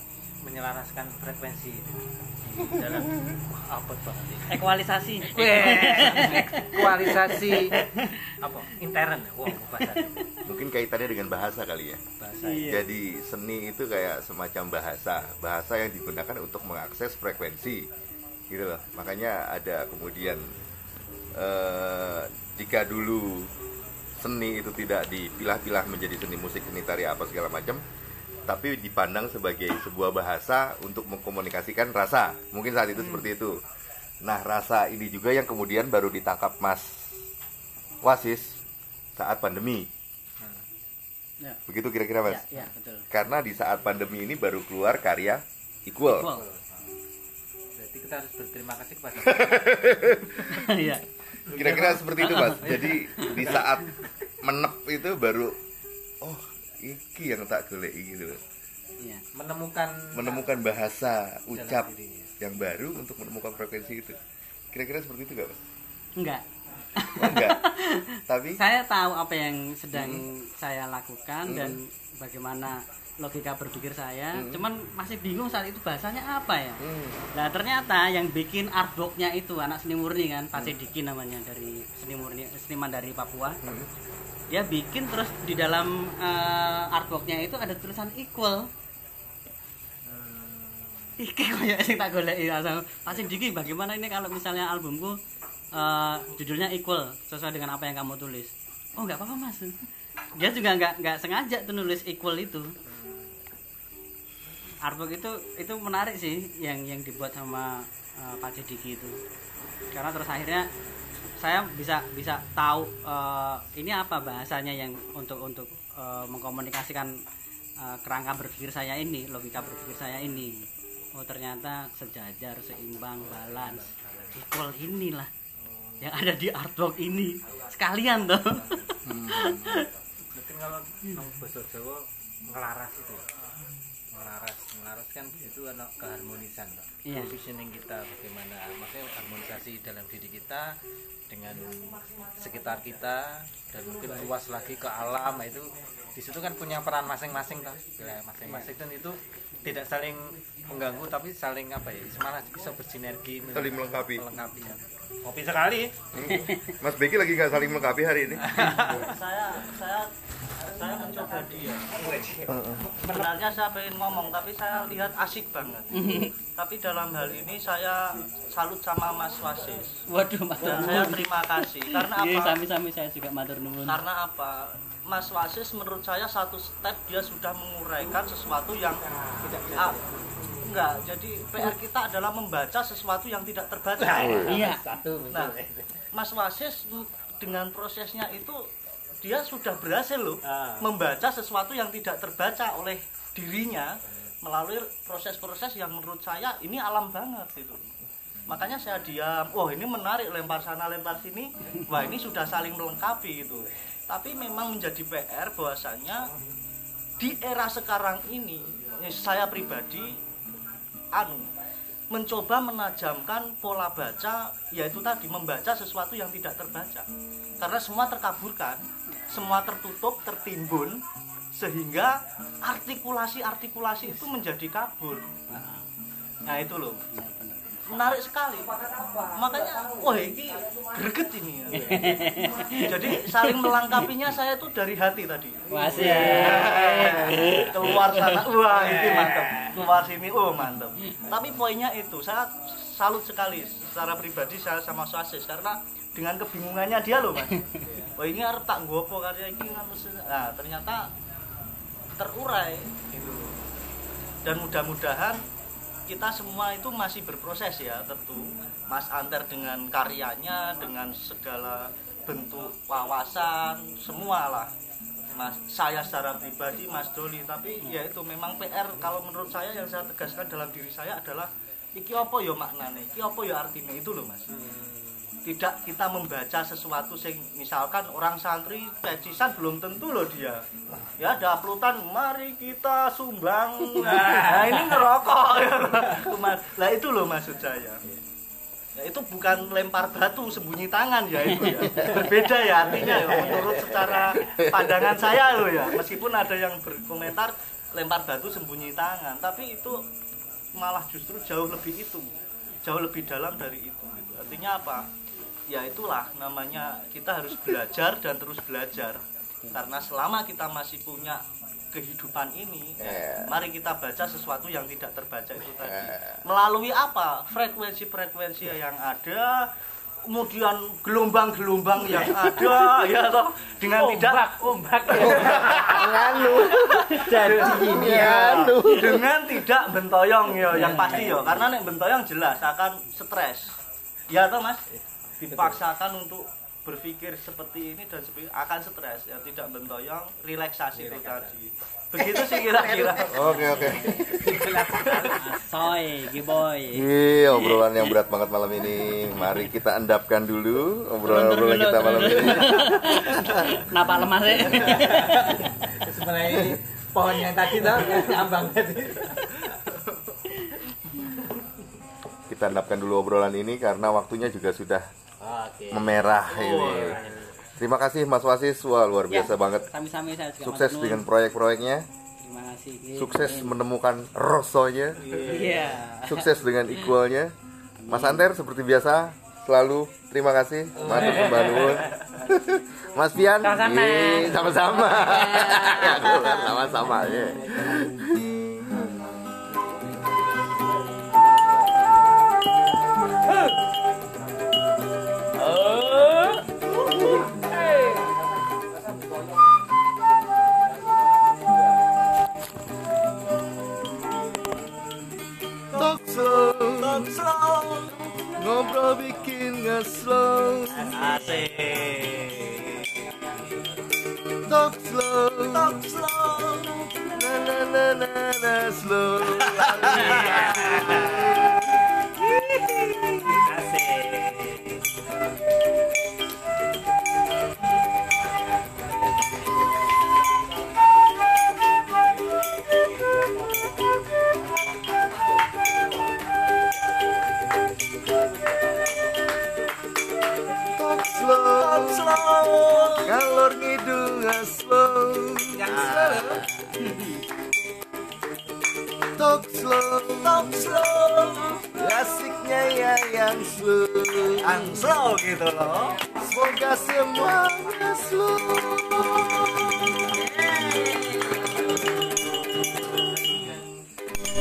Speaker 3: menyelaraskan frekuensi di dalam wah, abot banget ini.
Speaker 4: Ekualisasi.
Speaker 3: Kualisasi apa intern wah bahasa
Speaker 1: Mungkin kaitannya dengan bahasa kali ya.
Speaker 3: bahasa
Speaker 4: Iya.
Speaker 1: Jadi seni itu kayak semacam bahasa, bahasa yang digunakan untuk mengakses frekuensi, gitu loh. Makanya ada kemudian eh, jika dulu seni itu tidak dipilah-pilah menjadi seni musik, seni tari apa segala macam, tapi dipandang sebagai sebuah bahasa untuk mengkomunikasikan rasa. Mungkin saat itu
Speaker 4: Hmm.
Speaker 1: seperti itu. Nah, rasa ini juga yang kemudian baru ditangkap Mas Wasis saat pandemi.
Speaker 4: Ya.
Speaker 1: Begitu kira-kira, Mas?
Speaker 4: Ya, ya, betul.
Speaker 1: Karena di saat pandemi ini baru keluar karya Equal.
Speaker 4: Equal.
Speaker 3: berarti kita harus berterima kasih kepada
Speaker 4: Iya.
Speaker 1: Kira-kira seperti itu, Mas. Jadi di saat menep itu baru oh, iki yang tak goleki gitu loh.
Speaker 4: Iya.
Speaker 3: menemukan
Speaker 1: Menemukan bahasa
Speaker 3: dalam
Speaker 1: ucap
Speaker 3: dirinya.
Speaker 1: yang baru untuk menemukan frekuensi itu. Kira-kira seperti itu gak, Mas?
Speaker 4: Enggak.
Speaker 1: Oh, enggak. Tapi
Speaker 4: Saya tahu apa yang sedang saya lakukan dan bagaimana logika berpikir saya. Cuman masih bingung saat itu bahasanya apa ya.
Speaker 1: hmm,
Speaker 4: Nah ternyata yang bikin artworknya itu anak seni murni kan, Pak Diki namanya, dari seni murni, seniman dari Papua.
Speaker 1: hmm,
Speaker 4: Dia bikin terus di dalam eh, artworknya itu ada tulisan equal. Iki kayak sing tak goleki asal. Pak Diki, bagaimana ini kalau misalnya albumku eh, judulnya equal sesuai dengan apa yang kamu tulis? Oh nggak apa-apa mas. Dia juga nggak nggak sengaja tuh nulis equal itu. Artwork itu itu menarik sih yang yang dibuat sama uh, Pak Diki itu, karena terus akhirnya saya bisa bisa tahu uh, ini apa bahasanya yang untuk untuk uh, mengkomunikasikan uh, kerangka berpikir saya ini, logika berpikir saya ini. Oh ternyata sejajar, seimbang, balance, equal inilah yang ada di artwork ini sekalian tuh.
Speaker 3: mungkin kalau nang bahasa Jawa ngelaras itu ngelaras ngelaras kan itu ada keharmonisan Pak.
Speaker 4: Iya.
Speaker 3: Positioning kita bagaimana maksudnya harmonisasi dalam diri kita dengan sekitar kita dan mungkin luas lagi ke alam. Nah, itu di situ kan punya peran masing-masing kan ya, masing-masing dan itu tidak saling mengganggu tapi saling apa ya malah bisa bersinergi
Speaker 1: saling melengkapi.
Speaker 3: melengkapi ya. Kopi sekali
Speaker 1: Mas Beki lagi nggak saling melengkapi hari ini.
Speaker 8: saya saya saya mencoba dia. Sebenarnya saya pengen ngomong tapi saya lihat asik banget. Tapi dalam hal ini saya salut sama Mas Wasis.
Speaker 4: Waduh matur
Speaker 8: Dan saya
Speaker 4: nuwun.
Speaker 8: terima kasih karena
Speaker 4: Iya,
Speaker 8: apa?
Speaker 4: sami-sami saya juga matur nuwun.
Speaker 8: Karena apa? Mas Wasis menurut saya satu step dia sudah menguraikan sesuatu yang ah, enggak. Jadi P R kita adalah membaca sesuatu yang tidak terbaca.
Speaker 4: Iya.
Speaker 8: Nah, Mas Wasis m- dengan prosesnya itu dia sudah berhasil loh membaca sesuatu yang tidak terbaca oleh dirinya melalui proses-proses yang menurut saya ini alam banget gitu. Makanya saya diam, wah ini menarik, lempar sana lempar sini, wah ini sudah saling melengkapi gitu. Tapi memang menjadi P R bahwasanya di era sekarang ini saya pribadi anu mencoba menajamkan pola baca, yaitu tadi membaca sesuatu yang tidak terbaca, karena semua terkaburkan, semua tertutup, tertimbun, sehingga artikulasi-artikulasi itu menjadi kabur. Nah itu loh menarik sekali, makanya wah ini greget ini. Jadi saling melengkapinya saya tuh dari hati tadi.
Speaker 4: Masih.
Speaker 8: Keluar sana, wah ini mantap. Keluar sini, oh mantap. Tapi poinnya itu saya salut sekali secara pribadi saya sama Swasis karena dengan kebingungannya dia loh mas. Wah ini harus tak gopo karya ini. Nah ternyata terurai gitu. Dan mudah-mudahan kita semua itu masih berproses ya tentu. Mas Anter dengan karyanya, dengan segala bentuk wawasan, semualah. Mas, saya secara pribadi, Mas Doli, tapi ya itu memang P R kalau menurut saya yang saya tegaskan dalam diri saya adalah iki apa ya maknanya, iki apa ya artinya itu loh Mas. Tidak kita membaca sesuatu sing misalkan orang santri pecisan belum tentu loh dia. Ya ada uploadan mari kita sumbang. Nah, ini ngerokok. Lah itu loh maksud saya. Ya, itu bukan lempar batu sembunyi tangan ya itu ya. Berbeda ya artinya ya menurut secara pandangan saya loh ya. Meskipun ada yang berkomentar lempar batu sembunyi tangan, tapi itu malah justru jauh lebih itu, jauh lebih dalam dari itu. Gitu. Artinya apa? Ya itulah namanya kita harus belajar dan terus belajar. Karena selama kita masih punya kehidupan ini,
Speaker 1: Yeah.
Speaker 8: mari kita baca sesuatu yang tidak terbaca itu tadi. Melalui apa? Frekuensi-frekuensi yang ada, kemudian gelombang-gelombang yang ada, ya toh, dengan tidak
Speaker 5: ombak
Speaker 8: nganu jadi nganu dengan tidak bentoyong ya yang pasti ya, karena nek bentoyong jelas akan stres. Ya toh Mas, dipaksakan untuk berpikir seperti ini dan seperti akan stres ya, tidak bentoyong, relaksasi itu tadi. Begitu sih kira-kira.
Speaker 1: Oke oke.
Speaker 4: Soy, giboy.
Speaker 1: Iya, obrolan yang berat banget malam ini. Mari kita endapkan dulu obrolan-obrolan kita malam ini.
Speaker 4: Kenapa lemas sih?
Speaker 3: Sebenarnya pohon yang tadi tuh ambang tadi.
Speaker 1: Kita endapkan dulu obrolan ini karena waktunya juga sudah
Speaker 3: Oke.
Speaker 1: memerah ini. Terima kasih Mas Wasis, wah luar biasa
Speaker 4: Ya,
Speaker 1: banget.
Speaker 4: Sami-sami saya juga.
Speaker 1: Sukses
Speaker 4: Mas Nun.
Speaker 1: dengan proyek-proyeknya.
Speaker 4: Terima kasih.
Speaker 1: Sukses menemukan rosonya.
Speaker 4: Iya.
Speaker 1: Sukses dengan equalnya. Mas Anter seperti biasa selalu terima kasih. Matur sembah nuwun. Mas Pian,
Speaker 4: Sama-sama.
Speaker 1: ih, sama-sama. Ya, sama-sama ya. Talk slow, talk slow, ngobrol bikin nge-slow.
Speaker 8: Asik.
Speaker 1: Talk slow, talk slow, na na na na na slow. Talk slow, talk slow, ngalor ngidul nge-slow. Talk slow, talk slow, asiknya ya yang slow.
Speaker 8: Ang slow gitu loh.
Speaker 1: Semoga semuanya slow.